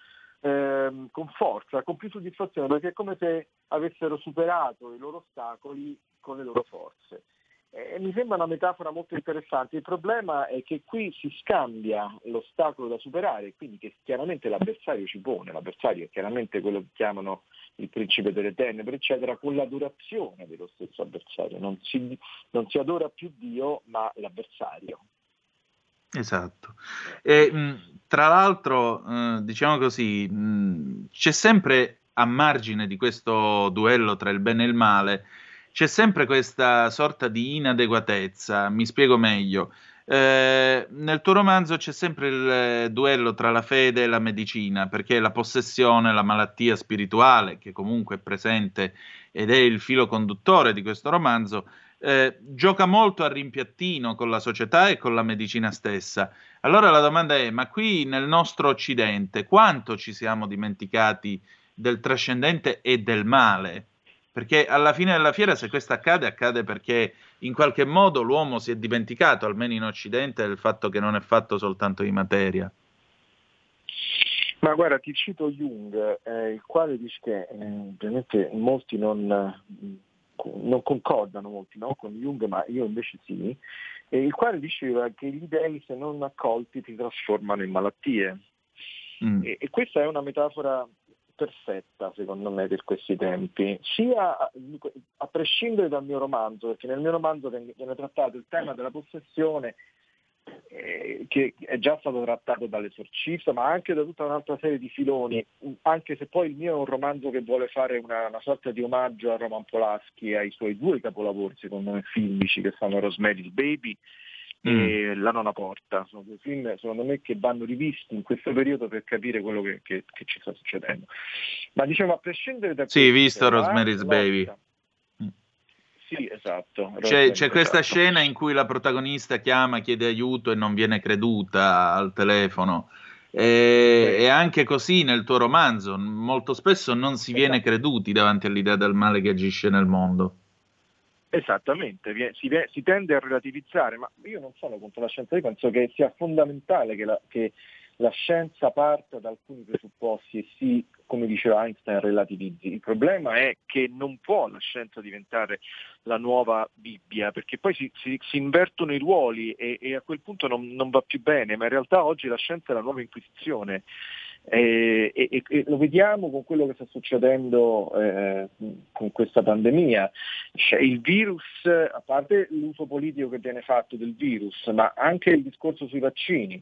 forza, con più soddisfazione, perché è come se avessero superato i loro ostacoli con le loro forze. Mi sembra una metafora molto interessante. Il problema è che qui si scambia l'ostacolo da superare, quindi che chiaramente l'avversario ci pone, l'avversario è chiaramente quello che chiamano il principe delle tenebre, eccetera, con l'adorazione dello stesso avversario. Non si adora più Dio, ma l'avversario. Esatto. E, tra l'altro, diciamo così, c'è sempre a margine di questo duello tra il bene e il male, c'è sempre questa sorta di inadeguatezza. Mi spiego meglio. Nel tuo romanzo c'è sempre il duello tra la fede e la medicina, perché la possessione, la malattia spirituale, che comunque è presente ed è il filo conduttore di questo romanzo, gioca molto a rimpiattino con la società e con la medicina stessa. Allora la domanda è: ma qui nel nostro Occidente quanto ci siamo dimenticati del trascendente e del male? Perché alla fine della fiera, se questo accade perché in qualche modo l'uomo si è dimenticato, almeno in Occidente, del fatto che non è fatto soltanto di materia. Ma guarda, ti cito Jung, il quale dice che ovviamente molti non concordano molti, no, con Jung, ma io invece sì, il quale diceva che gli dei, se non accolti, ti trasformano in malattie. E questa è una metafora perfetta, secondo me, per questi tempi, sia a prescindere dal mio romanzo, perché nel mio romanzo viene trattato il tema della possessione, che è già stato trattato dall'Esorcista, ma anche da tutta un'altra serie di filoni, anche se poi il mio è un romanzo che vuole fare una sorta di omaggio a Roman Polanski e ai suoi due capolavori, secondo me, filmici, che sono Rosemary's Baby e La nona porta. Sono due film, secondo me, che vanno rivisti in questo periodo per capire quello che ci sta succedendo. Ma diciamo, a prescindere da sì, visto Rosemary's Baby. Sì, esatto. C'è questa scena in cui la protagonista chiama, chiede aiuto e non viene creduta al telefono. E anche così nel tuo romanzo molto spesso non si viene creduti davanti all'idea del male che agisce nel mondo. Esattamente, si tende a relativizzare, ma io non sono contro la scienza, io penso che sia fondamentale che la scienza parta da alcuni presupposti e si, come diceva Einstein, relativizzi. Il problema è che non può la scienza diventare la nuova Bibbia, perché poi si invertono i ruoli e a quel punto non va più bene, ma in realtà oggi la scienza è la nuova Inquisizione. E lo vediamo con quello che sta succedendo con questa pandemia. Cioè, il virus, a parte l'uso politico che viene fatto del virus, ma anche il discorso sui vaccini,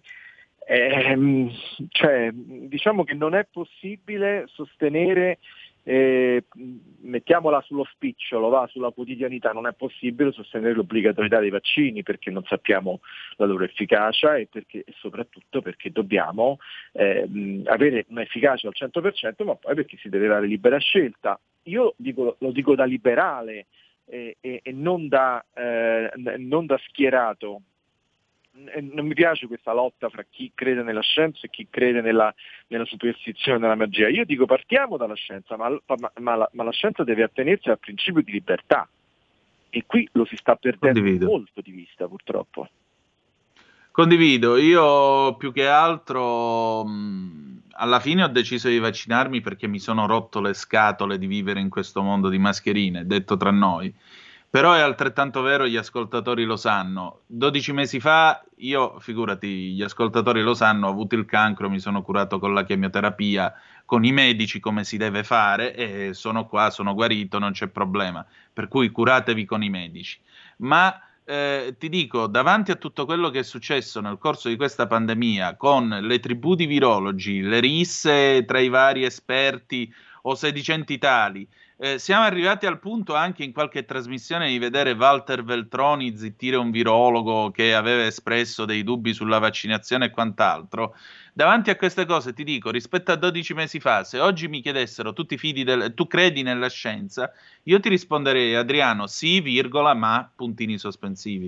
cioè, diciamo che non è possibile sostenere, mettiamola sullo spicciolo, sulla quotidianità, non è possibile sostenere l'obbligatorietà dei vaccini perché non sappiamo la loro efficacia e soprattutto perché dobbiamo avere un'efficacia al 100%, ma poi perché si deve dare libera scelta. Io lo dico da liberale e non da schierato. Non mi piace questa lotta fra chi crede nella scienza e chi crede nella superstizione, nella magia. Io dico partiamo dalla scienza, ma la scienza deve attenersi al principio di libertà e qui lo si sta perdendo molto di vista, purtroppo. Condivido, io più che altro alla fine ho deciso di vaccinarmi perché mi sono rotto le scatole di vivere in questo mondo di mascherine, detto tra noi. Però è altrettanto vero, gli ascoltatori lo sanno. 12 mesi fa, io, figurati, gli ascoltatori lo sanno, ho avuto il cancro, mi sono curato con la chemioterapia, con i medici come si deve fare e sono qua, sono guarito, non c'è problema. Per cui curatevi con i medici. Ma ti dico, davanti a tutto quello che è successo nel corso di questa pandemia, con le tribù di virologi, le risse tra i vari esperti o sedicenti tali, siamo arrivati al punto anche in qualche trasmissione di vedere Walter Veltroni zittire un virologo che aveva espresso dei dubbi sulla vaccinazione e quant'altro. Davanti a queste cose ti dico, rispetto a 12 mesi fa, se oggi mi chiedessero tu credi nella scienza, io ti risponderei, Adriano, sì, virgola, ma puntini sospensivi.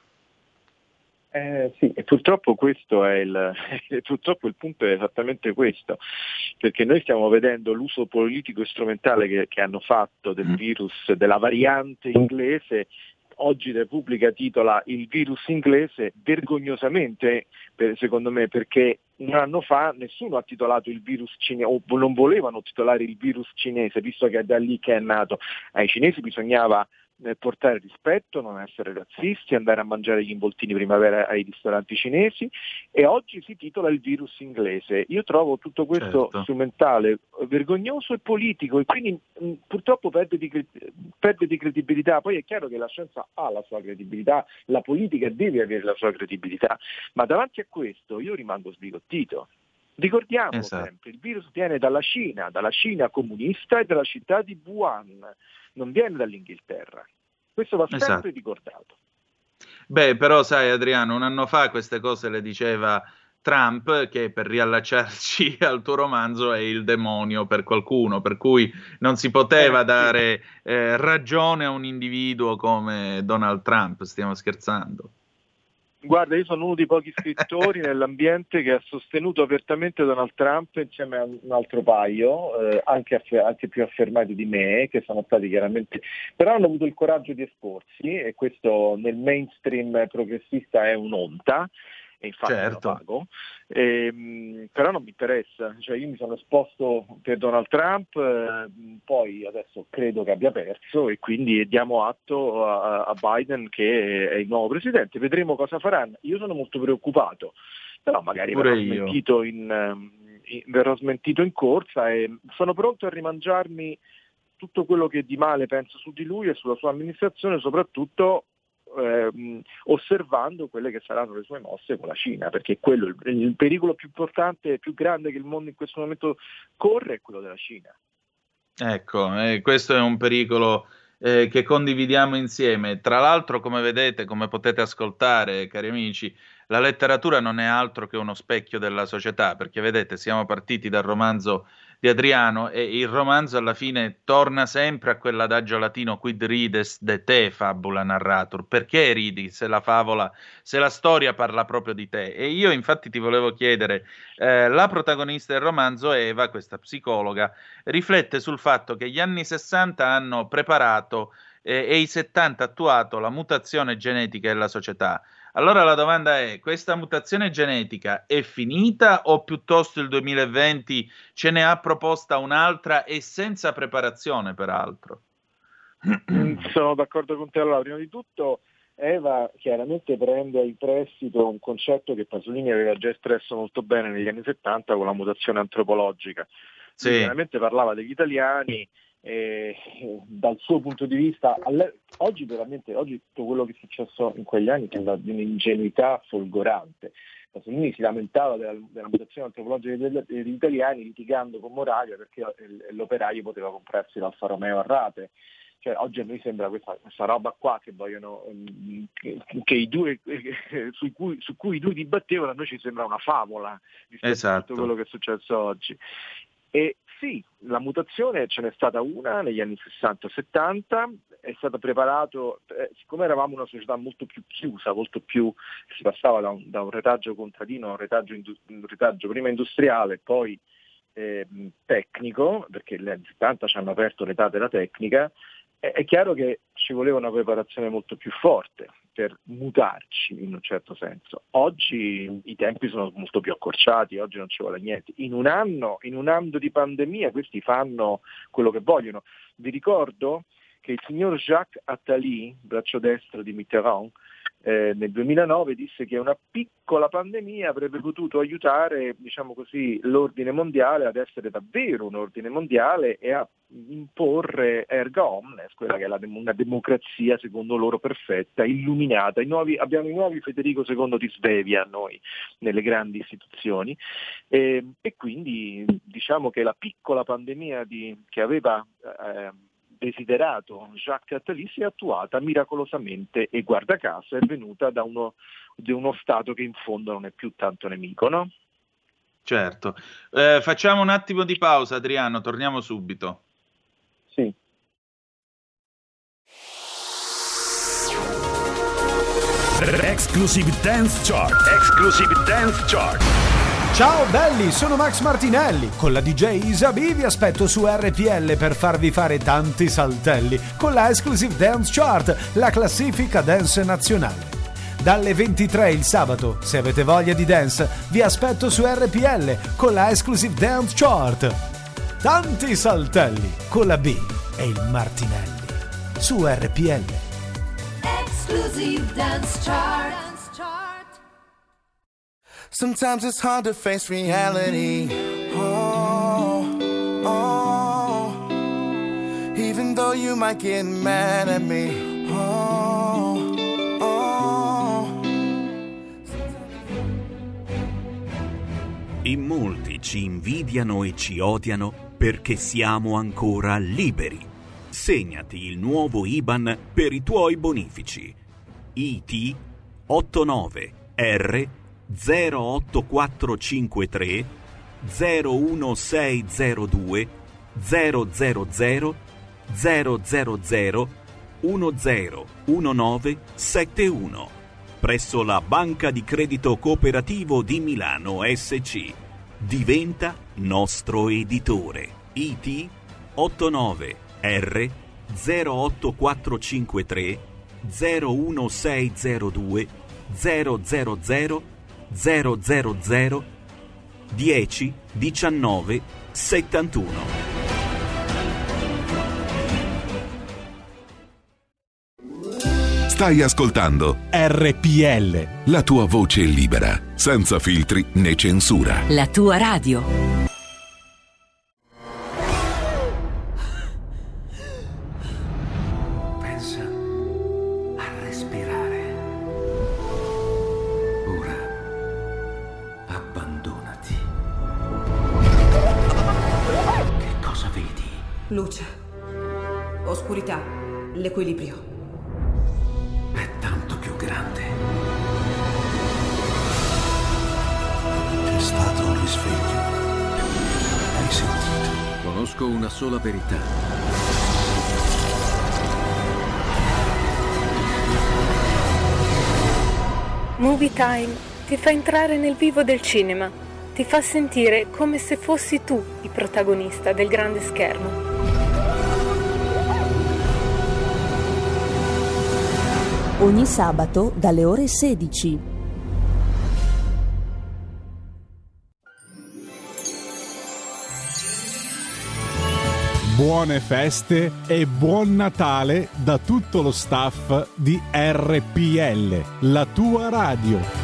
Sì, e purtroppo questo è purtroppo il punto è esattamente questo, perché noi stiamo vedendo l'uso politico e strumentale che hanno fatto del virus, della variante inglese. Oggi Repubblica titola il virus inglese vergognosamente, secondo me, perché un anno fa nessuno ha titolato il virus cinese, o non volevano titolare il virus cinese, visto che è da lì che è nato. Ai cinesi bisognava portare rispetto, non essere razzisti, andare a mangiare gli involtini primavera ai ristoranti cinesi, e oggi si titola Il virus inglese. Io trovo tutto questo strumentale vergognoso e politico, e quindi purtroppo perde di credibilità. Poi è chiaro che la scienza ha la sua credibilità, la politica deve avere la sua credibilità, ma davanti a questo io rimango sbigottito. Ricordiamo sempre, il virus viene dalla Cina comunista e dalla città di Wuhan, non viene dall'Inghilterra. Questo va sempre ricordato. Beh, però sai Adriano, un anno fa queste cose le diceva Trump, che per riallacciarci al tuo romanzo è il demonio per qualcuno, per cui non si poteva dare ragione a un individuo come Donald Trump, stiamo scherzando. Guarda, io sono uno dei pochi scrittori nell'ambiente che ha sostenuto apertamente Donald Trump insieme a un altro paio, anche più affermati di me, che sono stati chiaramente, però hanno avuto il coraggio di esporsi, e questo nel mainstream progressista è un'onta, e infatti lo pago, però non mi interessa, cioè io mi sono esposto per Donald Trump, poi adesso credo che abbia perso, e quindi diamo atto a Biden che è il nuovo presidente, vedremo cosa faranno. Io sono molto preoccupato, però magari verrò smentito in corsa, e sono pronto a rimangiarmi tutto quello che di male penso su di lui e sulla sua amministrazione, soprattutto osservando quelle che saranno le sue mosse con la Cina, perché quello il pericolo più importante e più grande che il mondo in questo momento corre è quello della Cina. Ecco, questo è un pericolo che condividiamo insieme. Tra l'altro, come vedete, come potete ascoltare, cari amici, la letteratura non è altro che uno specchio della società, perché vedete, siamo partiti dal romanzo di Adriano, e il romanzo alla fine torna sempre a quell'adagio latino quid rides de te fabula narratur. Perché ridi se la storia parla proprio di te? E io infatti ti volevo chiedere, la protagonista del romanzo, Eva, questa psicologa, riflette sul fatto che gli anni 60 hanno preparato e i 70 attuato la mutazione genetica della società. Allora la domanda è: questa mutazione genetica è finita, o piuttosto il 2020 ce ne ha proposta un'altra e senza preparazione peraltro? Sono d'accordo con te. Allora, prima di tutto Eva chiaramente prende in prestito un concetto che Pasolini aveva già espresso molto bene negli anni 70 con la mutazione antropologica. Chiaramente parlava degli italiani, dal suo punto di vista oggi tutto quello che è successo in quegli anni sembra di un'ingenuità folgorante. Pasolini si lamentava della mutazione antropologica degli italiani litigando con Moravia perché l'operaio poteva comprarsi l'Alfa Romeo a rate. Cioè, oggi a noi sembra questa roba qua che vogliono che i due su cui i due dibattevano, a noi ci sembra una favola rispetto a tutto quello che è successo oggi. E sì, la mutazione ce n'è stata una negli anni 60-70, è stato preparato, siccome eravamo una società molto più chiusa, molto più, si passava da un retaggio contadino a un retaggio prima industriale, poi tecnico, perché gli anni 70 ci hanno aperto l'età della tecnica, è chiaro che ci voleva una preparazione molto più forte per mutarci in un certo senso. Oggi i tempi sono molto più accorciati, oggi non ci vuole niente. In un anno di pandemia questi fanno quello che vogliono. Vi ricordo che il signor Jacques Attali, braccio destro di Mitterrand, nel 2009 disse che una piccola pandemia avrebbe potuto aiutare, diciamo così, l'ordine mondiale ad essere davvero un ordine mondiale e a imporre erga omnes, quella che è una democrazia secondo loro perfetta, illuminata. Abbiamo i nuovi Federico II di Svevia noi nelle grandi istituzioni, e quindi diciamo che la piccola pandemia che aveva desiderato Jacques Attali si è attuata miracolosamente, e guarda caso è venuta da uno Stato che in fondo non è più tanto nemico, no? Certo. Facciamo un attimo di pausa, Adriano, torniamo subito. Sì. Exclusive Dance Chart. Ciao belli, sono Max Martinelli. Con la DJ Isabi vi aspetto su RPL per farvi fare tanti saltelli con la Exclusive Dance Chart, la classifica dance nazionale. Dalle 23 il sabato, se avete voglia di dance, vi aspetto su RPL con la Exclusive Dance Chart. Tanti saltelli con la B e il Martinelli. su RPL. Exclusive Dance Chart. Sometimes it's hard to face reality. Even though you might get mad at me. In molti ci invidiano e ci odiano perché siamo ancora liberi. Segnati il nuovo IBAN per i tuoi bonifici. IT 89R 08453 01602 000 000 101971 presso la Banca di Credito Cooperativo di Milano SC. Diventa nostro editore. IT 89R 08453 01602 000 000 10 19 71. Stai ascoltando RPL, la tua voce libera, senza filtri né censura. La tua radio. Pensa a respirare. Ora abbandonati. Che cosa vedi? Luce, oscurità, l'equilibrio. È tanto più grande. C'è stato un risveglio. Hai sentito? Conosco una sola verità. Movie Time ti fa entrare nel vivo del cinema, ti fa sentire come se fossi tu il protagonista del grande schermo. Ogni sabato dalle ore 16. Buone feste e buon Natale da tutto lo staff di RPL, la tua radio.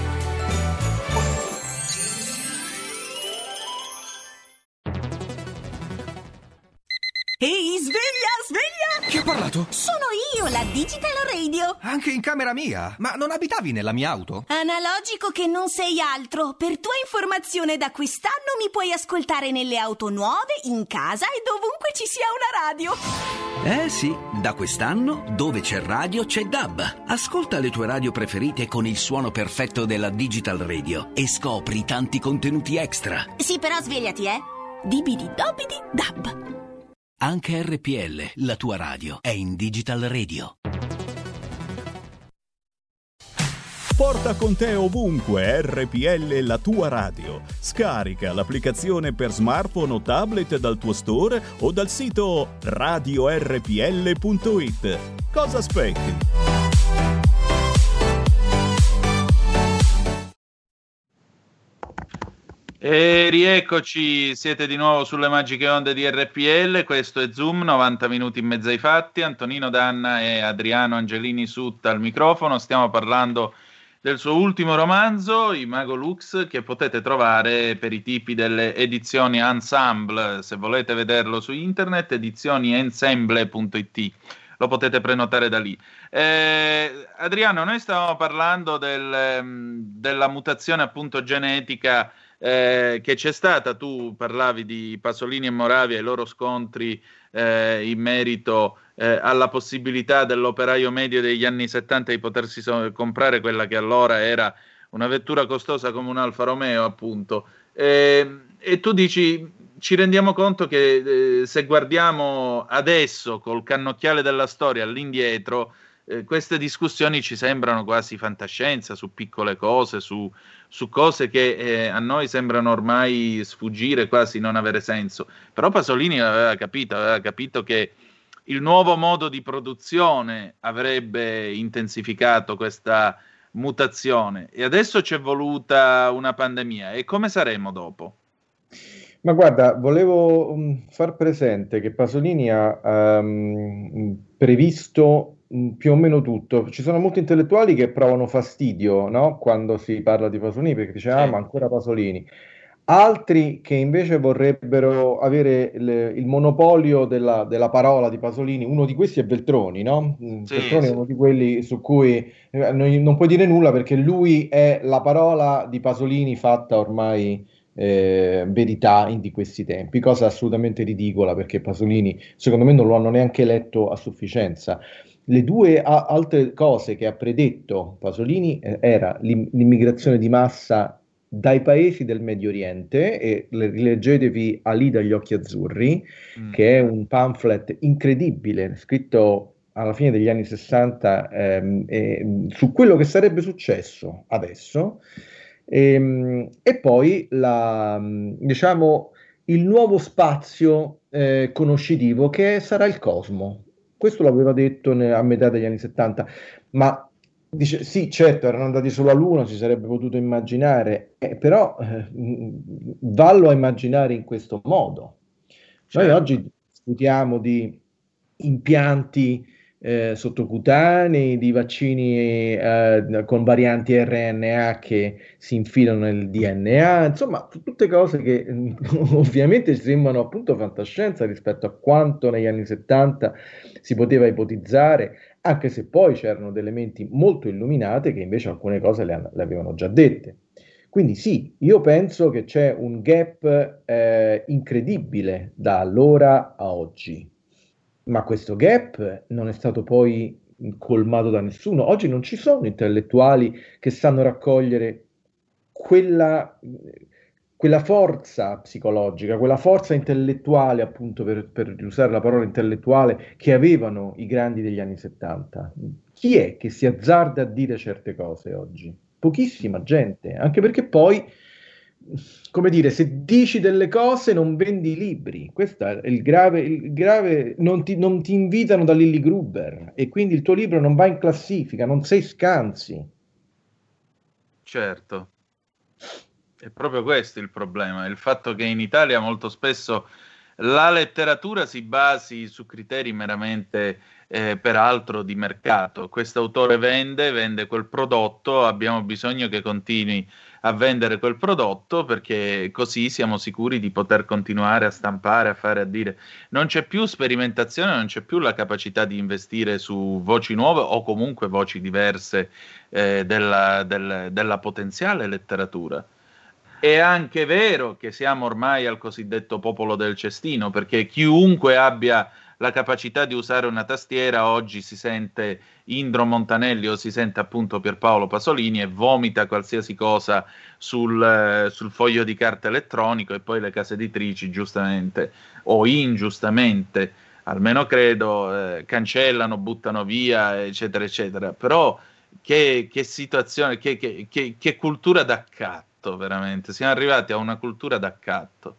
Ehi, sveglia, sveglia! Chi ha parlato? Sono io, la Digital Radio. Anche in camera mia? Ma non abitavi nella mia auto? Analogico che non sei altro. Per tua informazione, da quest'anno mi puoi ascoltare nelle auto nuove, in casa e dovunque ci sia una radio. Eh sì, da quest'anno dove c'è radio c'è DAB. Ascolta le tue radio preferite con il suono perfetto della Digital Radio e scopri tanti contenuti extra. Sì, però svegliati, Dibidi dobidi dab. Anche RPL, la tua radio, è in Digital Radio. Porta con te ovunque RPL, la tua radio. Scarica l'applicazione per smartphone o tablet dal tuo store o dal sito radiorpl.it. Cosa aspetti? E rieccoci, siete di nuovo sulle magiche onde di RPL, questo è Zoom, 90 minuti in mezzo ai fatti, Antonino Danna e Adriano Angelini Sutta al microfono, stiamo parlando del suo ultimo romanzo, I Mago Lux, che potete trovare per i tipi delle edizioni Ensemble, se volete vederlo su internet, edizioniensemble.it, lo potete prenotare da lì. Adriano, noi stavamo parlando della mutazione appunto genetica che c'è stata, tu parlavi di Pasolini e Moravia e i loro scontri in merito alla possibilità dell'operaio medio degli anni 70 di potersi comprare quella che allora era una vettura costosa come un Alfa Romeo, appunto. E tu dici, ci rendiamo conto che se guardiamo adesso col cannocchiale della storia all'indietro, queste discussioni ci sembrano quasi fantascienza su piccole cose, su cose che a noi sembrano ormai sfuggire, quasi non avere senso. Però Pasolini aveva capito che il nuovo modo di produzione avrebbe intensificato questa mutazione e adesso c'è voluta una pandemia. E come saremo dopo? Ma guarda, volevo far presente che Pasolini ha previsto più o meno tutto. Ci sono molti intellettuali che provano fastidio, no? Quando si parla di Pasolini, perché dice, ah, ma ancora Pasolini. Altri che invece vorrebbero avere il monopolio della parola di Pasolini. Uno di questi è Veltroni, no? Veltroni è uno di quelli su cui non puoi dire nulla perché lui è la parola di Pasolini fatta ormai verità di questi tempi, cosa assolutamente ridicola perché Pasolini secondo me non lo hanno neanche letto a sufficienza. Le due altre cose che ha predetto Pasolini era l'immigrazione di massa dai paesi del Medio Oriente, e rileggetevi Ali dagli occhi azzurri, che è un pamphlet incredibile, scritto alla fine degli anni 60 su quello che sarebbe successo adesso. E poi diciamo il nuovo spazio conoscitivo che sarà il cosmo. Questo l'aveva detto a metà degli anni 70, ma dice sì, certo, erano andati sulla Luna, si sarebbe potuto immaginare, però vallo a immaginare in questo modo. Noi oggi discutiamo di impianti sottocutanei, di vaccini con varianti RNA che si infilano nel DNA, insomma, tutte cose che ovviamente sembrano appunto fantascienza rispetto a quanto negli anni 70 si poteva ipotizzare, anche se poi c'erano delle menti molto illuminate che invece alcune cose le avevano già dette. Quindi sì, io penso che c'è un gap incredibile da allora a oggi. Ma questo gap non è stato poi colmato da nessuno. Oggi non ci sono intellettuali che sanno raccogliere quella forza psicologica, quella forza intellettuale, appunto, per usare la parola intellettuale, che avevano i grandi degli anni 70. Chi è che si azzarda a dire certe cose oggi? Pochissima gente, anche perché poi, come dire, se dici delle cose non vendi i libri. Questo è il grave, non ti invitano da Lilly Gruber e quindi il tuo libro non va in classifica, non sei scansi. Certo, è proprio questo il problema, il fatto che in Italia molto spesso la letteratura si basi su criteri meramente peraltro di mercato. Questo autore vende quel prodotto, abbiamo bisogno che continui a vendere quel prodotto perché così siamo sicuri di poter continuare a stampare, a fare, a dire. Non c'è più sperimentazione, non c'è più la capacità di investire su voci nuove o comunque voci diverse della potenziale letteratura. È anche vero che siamo ormai al cosiddetto popolo del cestino, perché chiunque abbia la capacità di usare una tastiera oggi si sente Indro Montanelli o si sente appunto Pierpaolo Pasolini e vomita qualsiasi cosa sul foglio di carta elettronico, e poi le case editrici giustamente o ingiustamente, almeno credo, cancellano, buttano via, eccetera eccetera. Però che situazione, che cultura d'accatto, veramente, siamo arrivati a una cultura d'accatto.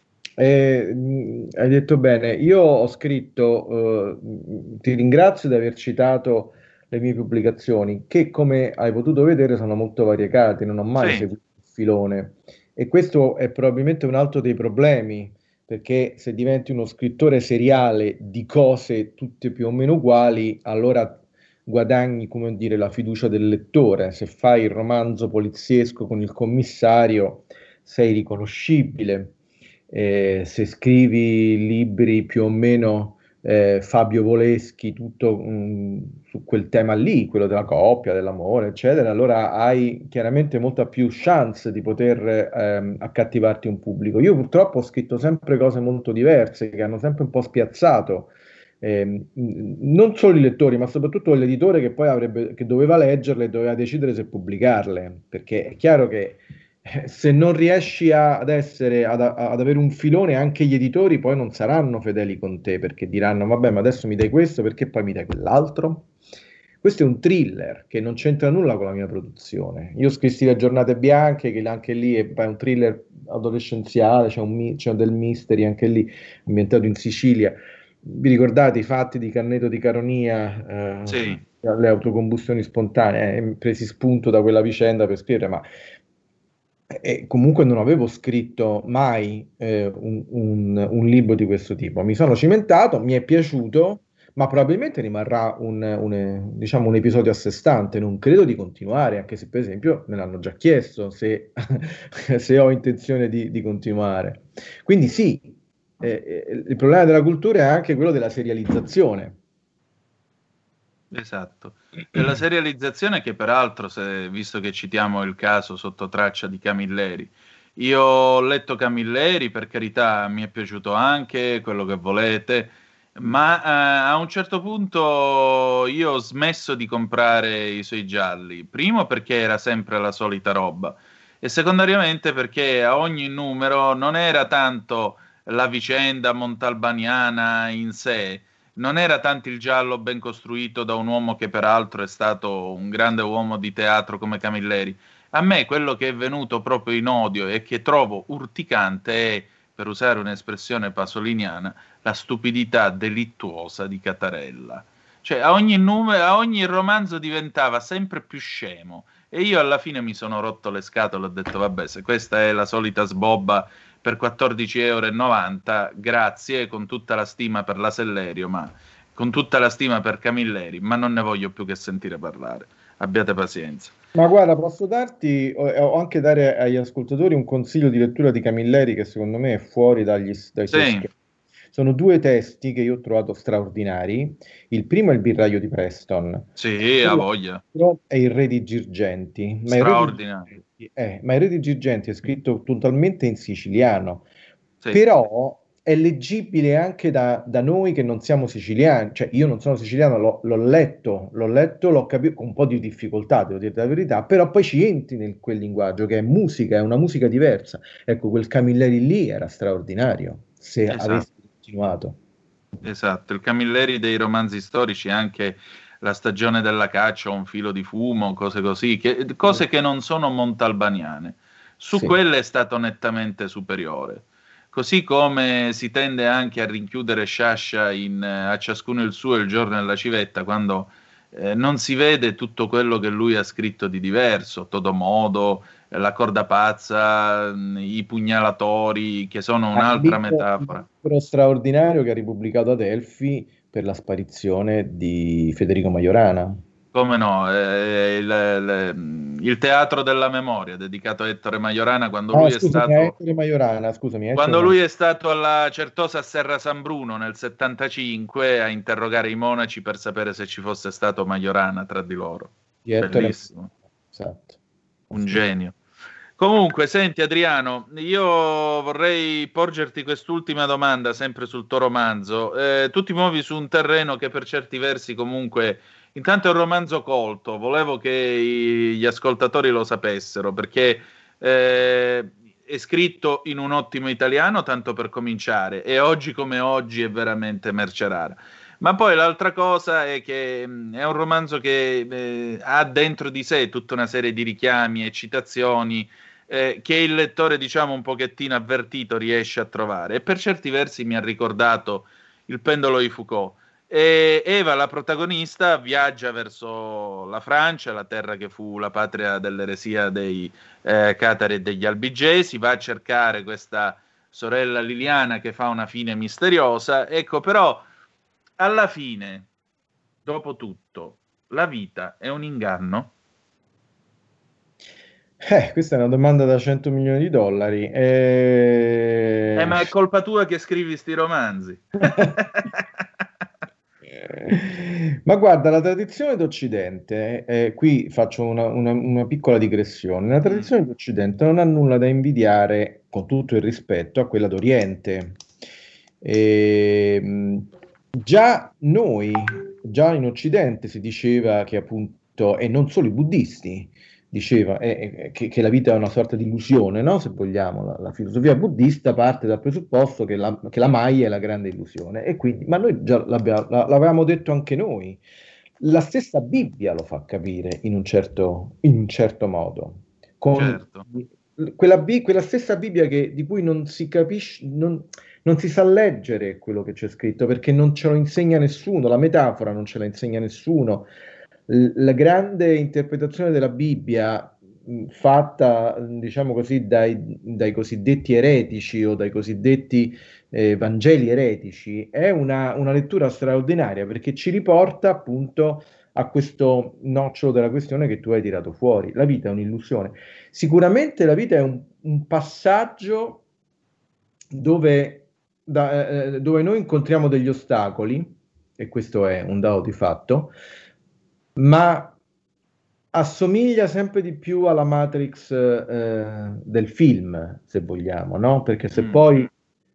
Hai detto bene, io ho scritto, ti ringrazio di aver citato le mie pubblicazioni, che come hai potuto vedere sono molto variegate, non ho mai seguito il filone, e questo è probabilmente un altro dei problemi, perché se diventi uno scrittore seriale di cose tutte più o meno uguali, allora guadagni, come dire, la fiducia del lettore. Se fai il romanzo poliziesco con il commissario sei riconoscibile. Se scrivi libri più o meno Fabio Voleschi, tutto su quel tema lì, quello della coppia, dell'amore, eccetera, allora hai chiaramente molta più chance di poter accattivarti un pubblico. Io purtroppo ho scritto sempre cose molto diverse, che hanno sempre un po' spiazzato non solo i lettori, ma soprattutto l'editore che poi che doveva leggerle e doveva decidere se pubblicarle, perché è chiaro che se non riesci ad avere un filone, anche gli editori poi non saranno fedeli con te, perché diranno vabbè, ma adesso mi dai questo, perché poi mi dai quell'altro? Questo è un thriller che non c'entra nulla con la mia produzione. Io scrissi Le giornate bianche, che anche lì è un thriller adolescenziale, c'è del mystery anche lì, ambientato in Sicilia. Vi ricordate i fatti di Canneto di Caronia? Sì. Le autocombustioni spontanee, presi spunto da quella vicenda per scrivere, ma E comunque non avevo scritto mai un libro di questo tipo. Mi sono cimentato, mi è piaciuto, ma probabilmente rimarrà diciamo, un episodio a sé stante. Non credo di continuare, anche se per esempio me l'hanno già chiesto se, se ho intenzione di continuare. Quindi sì, il problema della cultura è anche quello della serializzazione. Esatto. Della serializzazione che peraltro, visto che citiamo il caso sotto traccia di Camilleri, io ho letto Camilleri, per carità mi è piaciuto anche quello che volete, ma a un certo punto io ho smesso di comprare i suoi gialli, primo perché era sempre la solita roba e secondariamente perché a ogni numero non era tanto la vicenda montalbaniana in sé, non era tanto il giallo ben costruito da un uomo che peraltro è stato un grande uomo di teatro come Camilleri. A me quello che è venuto proprio in odio e che trovo urticante è, per usare un'espressione pasoliniana, la stupidità delittuosa di Catarella. Cioè a ogni romanzo diventava sempre più scemo e io alla fine mi sono rotto le scatole e ho detto vabbè, se questa è la solita sbobba per 14,90 €, grazie, con tutta la stima per la Sellerio, ma con tutta la stima per Camilleri, ma non ne voglio più che sentire parlare. Abbiate pazienza. Ma guarda, posso darti o anche dare agli ascoltatori un consiglio di lettura di Camilleri che secondo me è fuori dai suoi schemi. Sono due testi che io ho trovato straordinari. Il primo è Il birraio di Preston. Sì, ha voglia. È Il re di Girgenti. Straordinario. Ma Il re di Girgenti è scritto totalmente in siciliano, però è leggibile anche da noi che non siamo siciliani. Cioè, io non sono siciliano, l'ho letto, l'ho capito con un po' di difficoltà, devo dire la verità, però poi ci entri nel quel linguaggio che è musica, è una musica diversa. Ecco, quel Camilleri lì era straordinario, se avessi continuato. Esatto, il Camilleri dei romanzi storici, anche La stagione della caccia, Un filo di fumo, cose così, cose che non sono montalbaniane. Su quelle è stato nettamente superiore. Così come si tende anche a rinchiudere Sciascia A ciascuno il suo, Il giorno e la civetta, quando non si vede tutto quello che lui ha scritto di diverso, Todomodo, La corda pazza, I pugnalatori, che sono un'altra metafora. Un libro straordinario che ha ripubblicato Adelphi per la sparizione di Federico Majorana. Come no, il teatro della memoria dedicato a Ettore Majorana quando lui è stato Ettore Majorana, quando lui è stato alla Certosa a Serra San Bruno nel 75 a interrogare i monaci per sapere se ci fosse stato Majorana tra di loro. Bellissimo. Esatto. Un genio. Comunque, senti Adriano, io vorrei porgerti quest'ultima domanda sempre sul tuo romanzo. Tu ti muovi su un terreno che per certi versi comunque, intanto è un romanzo colto, volevo che gli ascoltatori lo sapessero, perché è scritto in un ottimo italiano, tanto per cominciare, e oggi come oggi è veramente merce rara. Ma poi l'altra cosa è che è un romanzo che ha dentro di sé tutta una serie di richiami e citazioni che il lettore, diciamo, un pochettino avvertito riesce a trovare. E per certi versi mi ha ricordato Il pendolo di Foucault. E Eva, la protagonista, viaggia verso la Francia, la terra che fu la patria dell'eresia dei Catari e degli Albigesi, va a cercare questa sorella Liliana che fa una fine misteriosa. Ecco, però alla fine, dopo tutto, la vita è un inganno? Questa è una domanda da $100 milioni. Ma è colpa tua che scrivi sti romanzi. Ma guarda, la tradizione d'Occidente, qui faccio una piccola digressione, la tradizione d'Occidente non ha nulla da invidiare, con tutto il rispetto, a quella d'Oriente. Già in Occidente si diceva che appunto, e non solo i buddisti, diceva che la vita è una sorta di illusione, no? Se vogliamo, la filosofia buddista parte dal presupposto che la Maya è la grande illusione, e quindi, ma noi già l'avevamo detto anche noi, la stessa Bibbia lo fa capire in un certo modo, quella stessa Bibbia di cui non si capisce, non si sa leggere quello che c'è scritto, perché non ce lo insegna nessuno, la metafora non ce la insegna nessuno. La grande interpretazione della Bibbia fatta, diciamo così, dai cosiddetti eretici o dai cosiddetti Vangeli eretici, è una lettura straordinaria perché ci riporta appunto a questo nocciolo della questione che tu hai tirato fuori. La vita è un'illusione. Sicuramente la vita è un passaggio dove noi incontriamo degli ostacoli, e questo è un dato di fatto, ma assomiglia sempre di più alla Matrix del film, se vogliamo, no? Perché se poi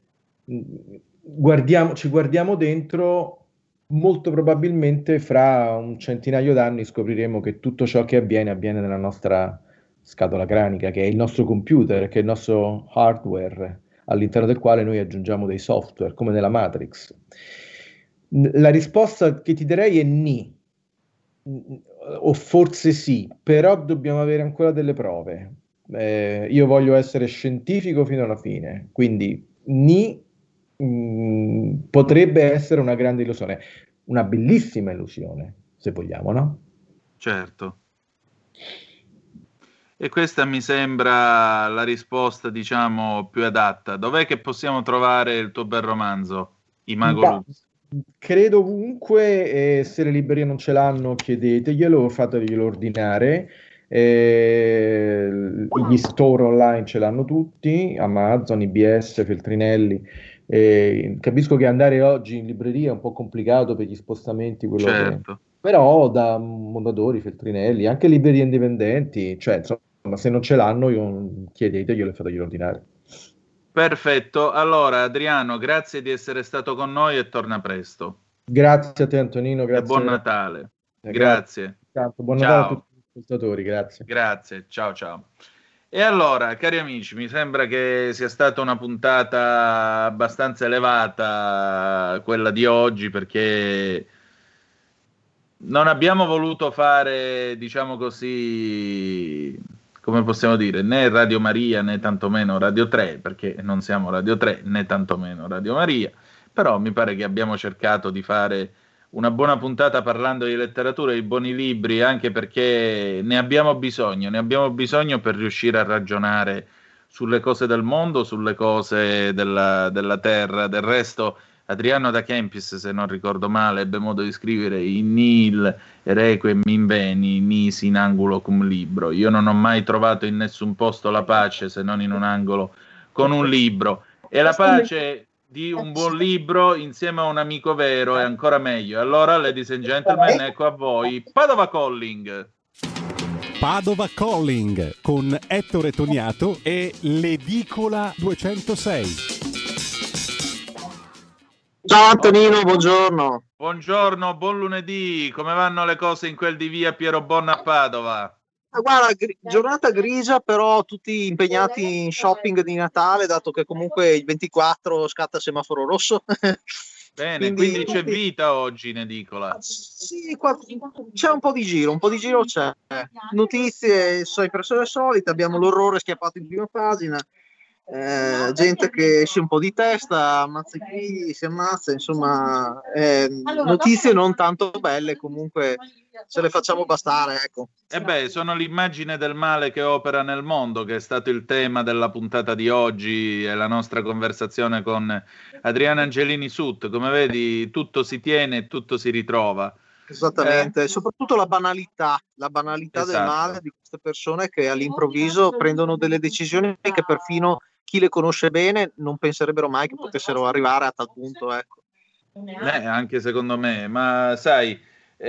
ci guardiamo dentro, molto probabilmente fra un centinaio d'anni scopriremo che tutto ciò che avviene nella nostra scatola cranica, che è il nostro computer, che è il nostro hardware, all'interno del quale noi aggiungiamo dei software, come nella Matrix. La risposta che ti darei è ni, o forse sì, però dobbiamo avere ancora delle prove. Io voglio essere scientifico fino alla fine, quindi ni potrebbe essere una grande illusione, una bellissima illusione, se vogliamo, no? Certo. E questa mi sembra la risposta, diciamo, più adatta. Dov'è che possiamo trovare il tuo bel romanzo, I Mago Lux? Credo ovunque, se le librerie non ce l'hanno chiedeteglielo, fateglielo ordinare. Gli store online ce l'hanno tutti, Amazon, IBS, Feltrinelli. Capisco che andare oggi in libreria è un po' complicato per gli spostamenti, però da Mondadori, Feltrinelli, anche librerie indipendenti, cioè insomma, se non ce l'hanno, chiedeteglielo e fateglielo ordinare. Perfetto, allora Adriano, grazie di essere stato con noi e torna presto. Grazie a te Antonino, grazie. E buon Natale. Grazie. Buon Natale a tutti gli ascoltatori, grazie. Grazie, ciao ciao. E allora, cari amici, mi sembra che sia stata una puntata abbastanza elevata quella di oggi, perché non abbiamo voluto fare, diciamo così, come possiamo dire, né Radio Maria né tantomeno Radio 3, perché non siamo Radio 3 né tantomeno Radio Maria, però mi pare che abbiamo cercato di fare una buona puntata parlando di letteratura, di buoni libri, anche perché ne abbiamo bisogno per riuscire a ragionare sulle cose del mondo, sulle cose della terra. Del resto Adriano da Kempis, se non ricordo male, ebbe modo di scrivere in nihil requiem in veni nisi in angulo cum libro. Io non ho mai trovato in nessun posto la pace se non in un angolo con un libro, e la pace di un buon libro insieme a un amico vero è ancora meglio. Allora, ladies and gentlemen, ecco a voi Padova Calling. Padova Calling con Ettore Toniato e l'Edicola 206. Ciao Antonino, buongiorno. Buongiorno, buon lunedì. Come vanno le cose in quel di via Piero Bonna a Padova? Guarda, giornata grigia, però tutti impegnati in shopping di Natale, dato che comunque il 24 scatta semaforo rosso. Bene, quindi c'è vita oggi in edicola. Sì, c'è un po' di giro c'è. Notizie, persone solite, abbiamo l'orrore schiappato in prima pagina. Gente che esce un po' di testa, ammazza chi si ammazza, insomma, notizie non tanto belle, comunque ce le facciamo bastare, ecco. E beh, sono l'immagine del male che opera nel mondo, che è stato il tema della puntata di oggi e la nostra conversazione con Adriana Angelini Sut. Come vedi, tutto si tiene e tutto si ritrova. Esattamente, soprattutto la banalità esatto. Del male di queste persone che all'improvviso prendono delle decisioni che perfino chi le conosce bene non penserebbero mai che potessero arrivare a tal punto, ecco. Anche secondo me, ma sai,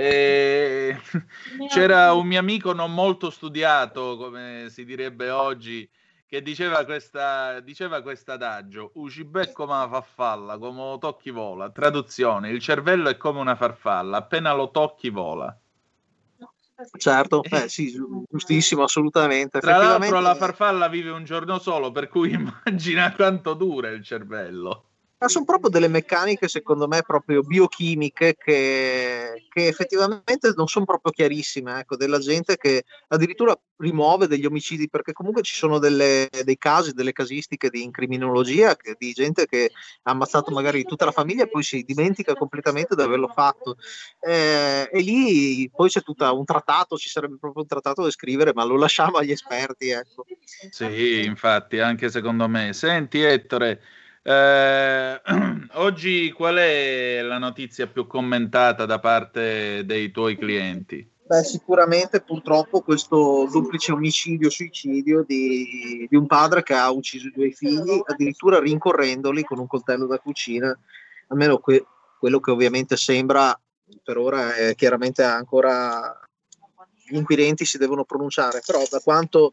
c'era un mio amico non molto studiato, come si direbbe oggi, che diceva quest'adagio: ucibecco come una farfalla, come lo tocchi vola. Traduzione: il cervello è come una farfalla, appena lo tocchi vola. Certo, sì, giustissimo, assolutamente. Tra l'altro la farfalla vive un giorno solo, per cui immagina quanto dura il cervello. Ma sono proprio delle meccaniche, secondo me, proprio biochimiche che effettivamente non sono proprio chiarissime, ecco, della gente che addirittura rimuove degli omicidi, perché comunque ci sono dei casi, delle casistiche in criminologia di gente che ha ammazzato magari tutta la famiglia e poi si dimentica completamente di averlo fatto. E lì poi c'è tutto un trattato, ci sarebbe proprio un trattato da scrivere, ma lo lasciamo agli esperti, ecco. Sì, infatti, anche secondo me. Senti, Ettore, oggi qual è la notizia più commentata da parte dei tuoi clienti? Beh, sicuramente purtroppo questo duplice omicidio-suicidio di un padre che ha ucciso i 2 figli, addirittura rincorrendoli con un coltello da cucina, almeno quello che ovviamente sembra per ora, è chiaramente ancora gli inquirenti si devono pronunciare, però da quanto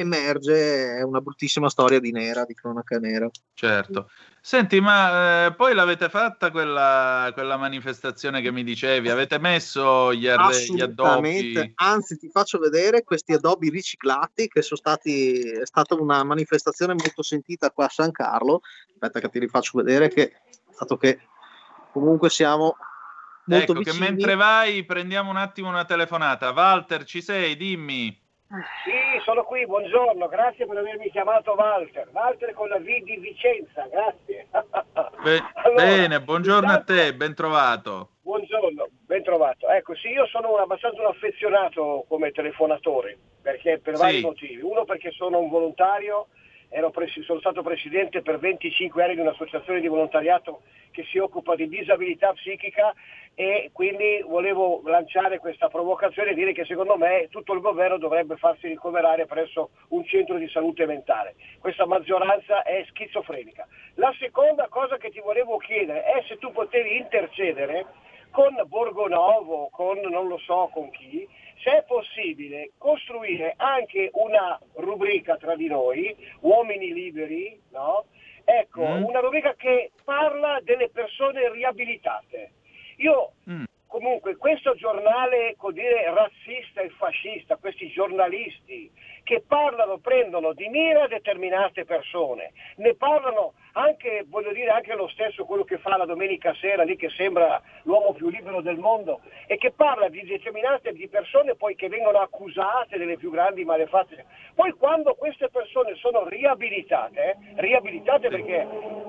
emerge è una bruttissima storia di cronaca nera. Certo. Senti, ma poi l'avete fatta quella manifestazione che mi dicevi? Avete messo gli addobbi? Anzi, ti faccio vedere questi addobbi riciclati che sono stati, è stata una manifestazione molto sentita qua a San Carlo. Aspetta che ti rifaccio vedere dato che comunque siamo molto vicini. Che mentre vai prendiamo un attimo una telefonata. Walter, ci sei? Dimmi. Sì, sono qui, buongiorno, grazie per avermi chiamato Walter con la V di Vicenza, grazie. Allora, bene, buongiorno a te, ben trovato. Buongiorno, ben trovato. Ecco, sì, io sono abbastanza un affezionato come telefonatore, perché per vari motivi. Uno, perché sono un volontario, sono stato presidente per 25 anni di un'associazione di volontariato che si occupa di disabilità psichica, e quindi volevo lanciare questa provocazione e dire che secondo me tutto il governo dovrebbe farsi ricoverare presso un centro di salute mentale. Questa maggioranza è schizofrenica. La seconda cosa che ti volevo chiedere è se tu potevi intercedere con Borgonovo, con non lo so con chi, se è possibile costruire anche una rubrica tra di noi, uomini liberi, no? Ecco, una rubrica che parla delle persone riabilitate. Io comunque questo giornale, razzista e fascista, questi giornalisti che prendono di mira determinate persone, ne parlano anche, anche lo stesso quello che fa la domenica sera lì, che sembra l'uomo più libero del mondo, e che parla di determinate persone poi che vengono accusate delle più grandi malefatte. Poi quando queste persone sono riabilitate perché,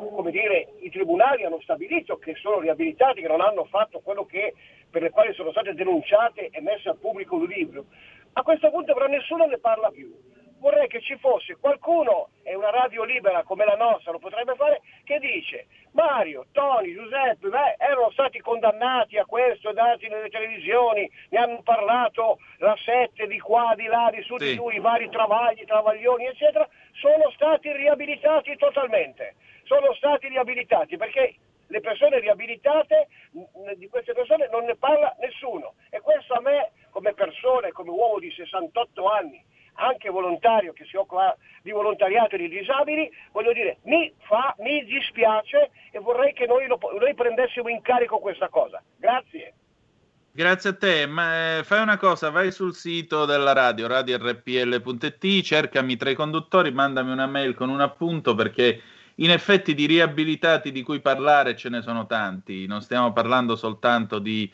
i tribunali hanno stabilito che sono riabilitati, che non hanno fatto quello per le quali sono state denunciate e messe al pubblico ludibrio, a questo punto però nessuno ne parla più. Vorrei che ci fosse qualcuno, e una radio libera come la nostra lo potrebbe fare, che dice: Mario, Tony, Giuseppe, erano stati condannati a questo, dati nelle televisioni, ne hanno parlato la Sette, di qua, di là, di su, di giù, i vari travaglioni, eccetera, sono stati riabilitati totalmente. Sono stati riabilitati perché le persone riabilitate, di queste persone non ne parla nessuno, e questo a me, come persona, come uomo di 68 anni, anche volontario che si occupa di volontariato e di disabili, mi dispiace, e vorrei che noi prendessimo in carico questa cosa. Grazie. Grazie a te, ma fai una cosa, vai sul sito della radio, radiorpl.it, cercami tra i conduttori, mandami una mail con un appunto, perché in effetti di riabilitati di cui parlare ce ne sono tanti, non stiamo parlando soltanto di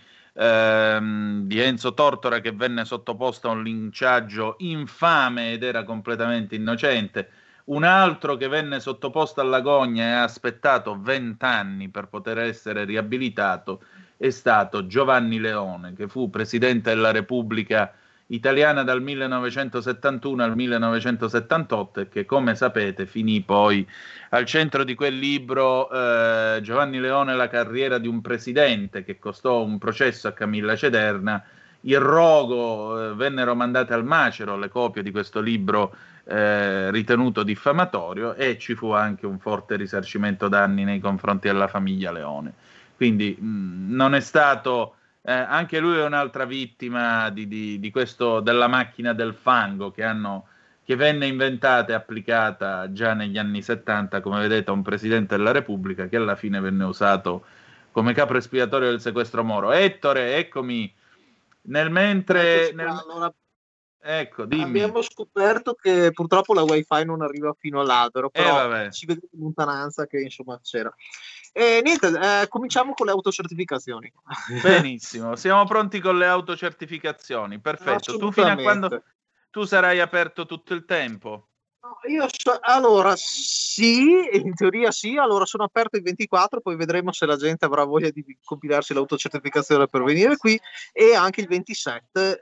Enzo Tortora, che venne sottoposto a un linciaggio infame ed era completamente innocente, un altro che venne sottoposto alla gogna e ha aspettato 20 anni per poter essere riabilitato è stato Giovanni Leone, che fu presidente della Repubblica Italiana dal 1971 al 1978 e che, come sapete, finì poi al centro di quel libro Giovanni Leone, la carriera di un presidente, che costò un processo a Camilla Cederna. Il rogo, vennero mandate al macero le copie di questo libro ritenuto diffamatorio, e ci fu anche un forte risarcimento danni nei confronti della famiglia Leone. Quindi non è stato... anche lui è un'altra vittima di questo, della macchina del fango che venne inventata e applicata già negli anni 70, come vedete, a un presidente della Repubblica, che alla fine venne usato come capro espiatorio del sequestro Moro. Ettore, eccomi. Nel mentre... Ecco, dimmi. Abbiamo scoperto che purtroppo la wifi non arriva fino all'albero, però ci vede in lontananza che insomma c'era. E niente, cominciamo con le autocertificazioni. Benissimo, siamo pronti con le autocertificazioni. Perfetto. Tu fino a quando tu sarai aperto tutto il tempo? Allora sì, in teoria sì, allora sono aperto il 24, poi vedremo se la gente avrà voglia di compilarsi l'autocertificazione per venire qui, e anche il 27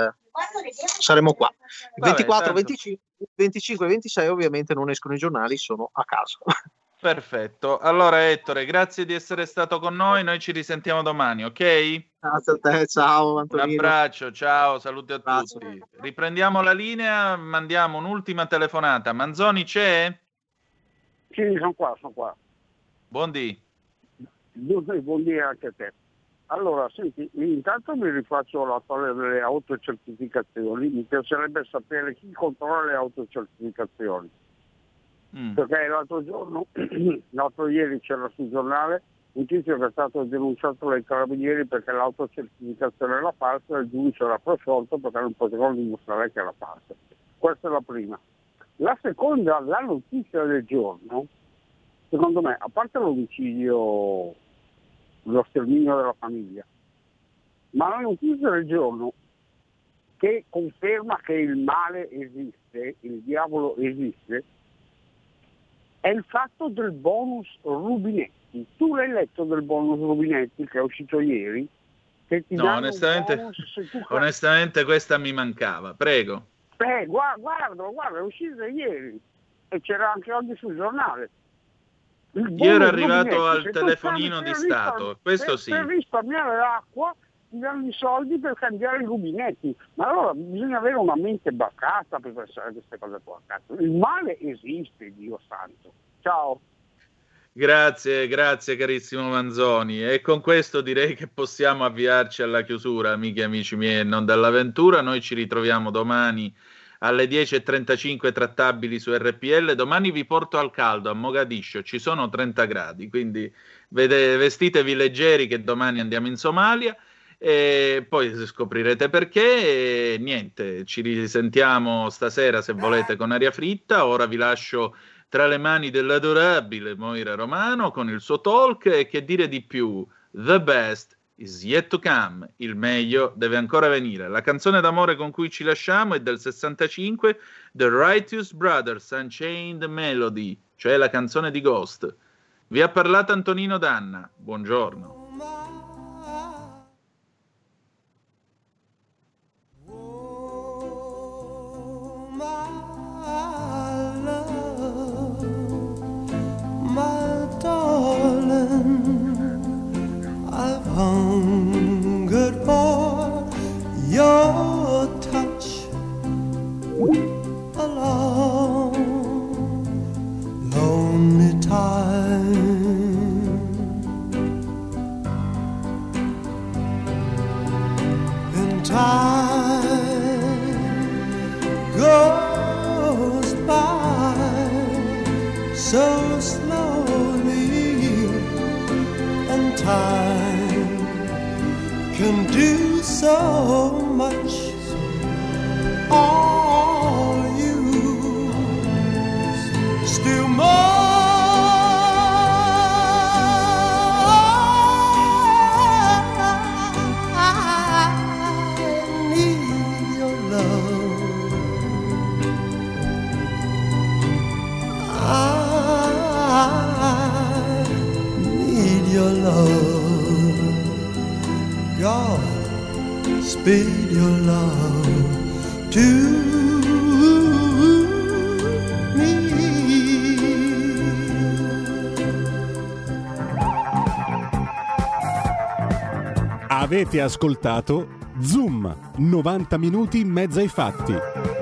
saremo qua. Il 24, 25 e 26 ovviamente non escono i giornali, sono a casa. Perfetto, allora Ettore, grazie di essere stato con noi ci risentiamo domani, ok? Grazie a te, ciao Antonino. Un abbraccio, ciao, saluti a tutti. Riprendiamo la linea, mandiamo un'ultima telefonata. Manzoni c'è? Sì, sono qua. Buondì. Buondì anche a te. Allora, senti, intanto mi rifaccio la storia delle autocertificazioni, mi piacerebbe sapere chi controlla le autocertificazioni. Perché l'altro ieri c'era sul giornale un tizio che è stato denunciato dai carabinieri perché l'autocertificazione era falsa e il giudice era prosciolto perché non potevano dimostrare che era falsa. Questa è la prima. La seconda, la notizia del giorno, secondo me, a parte l'omicidio, lo sterminio della famiglia, ma la notizia del giorno che conferma che il male esiste, il diavolo esiste, è il fatto del bonus Rubinetti. Tu l'hai letto del bonus Rubinetti che è uscito ieri? Che ti no, onestamente questa mi mancava, prego. Guarda, è uscito ieri e c'era anche oggi sul giornale. Io ero arrivato al telefonino di Stato, questo sì. Per risparmiare l'acqua ti danno i soldi per cambiare i rubinetti, ma allora bisogna avere una mente bacata per pensare a queste cose qua. Il male esiste, Dio santo. Ciao. Grazie carissimo Manzoni, e con questo direi che possiamo avviarci alla chiusura, amiche e amici miei e non dall'avventura. Noi ci ritroviamo domani alle 10:35 trattabili su RPL. Domani vi porto al caldo a Mogadiscio, ci sono 30 gradi, quindi vestitevi leggeri che domani andiamo in Somalia. E poi scoprirete perché. E niente, ci risentiamo stasera se volete con Aria Fritta. Ora vi lascio tra le mani dell'adorabile Moira Romano con il suo talk, e che dire di più, the best is yet to come, il meglio deve ancora venire. La canzone d'amore con cui ci lasciamo è del 65, The Righteous Brothers Unchained Melody, cioè la canzone di Ghost. Vi ha parlato Antonino Danna, buongiorno. Hungered for your touch a long, lonely time. And time goes by so slowly, and time can do so much. All you still more. I need your love. I need your love. God, speed your love to me. Avete ascoltato Zoom, 90 minuti in mezzo ai fatti.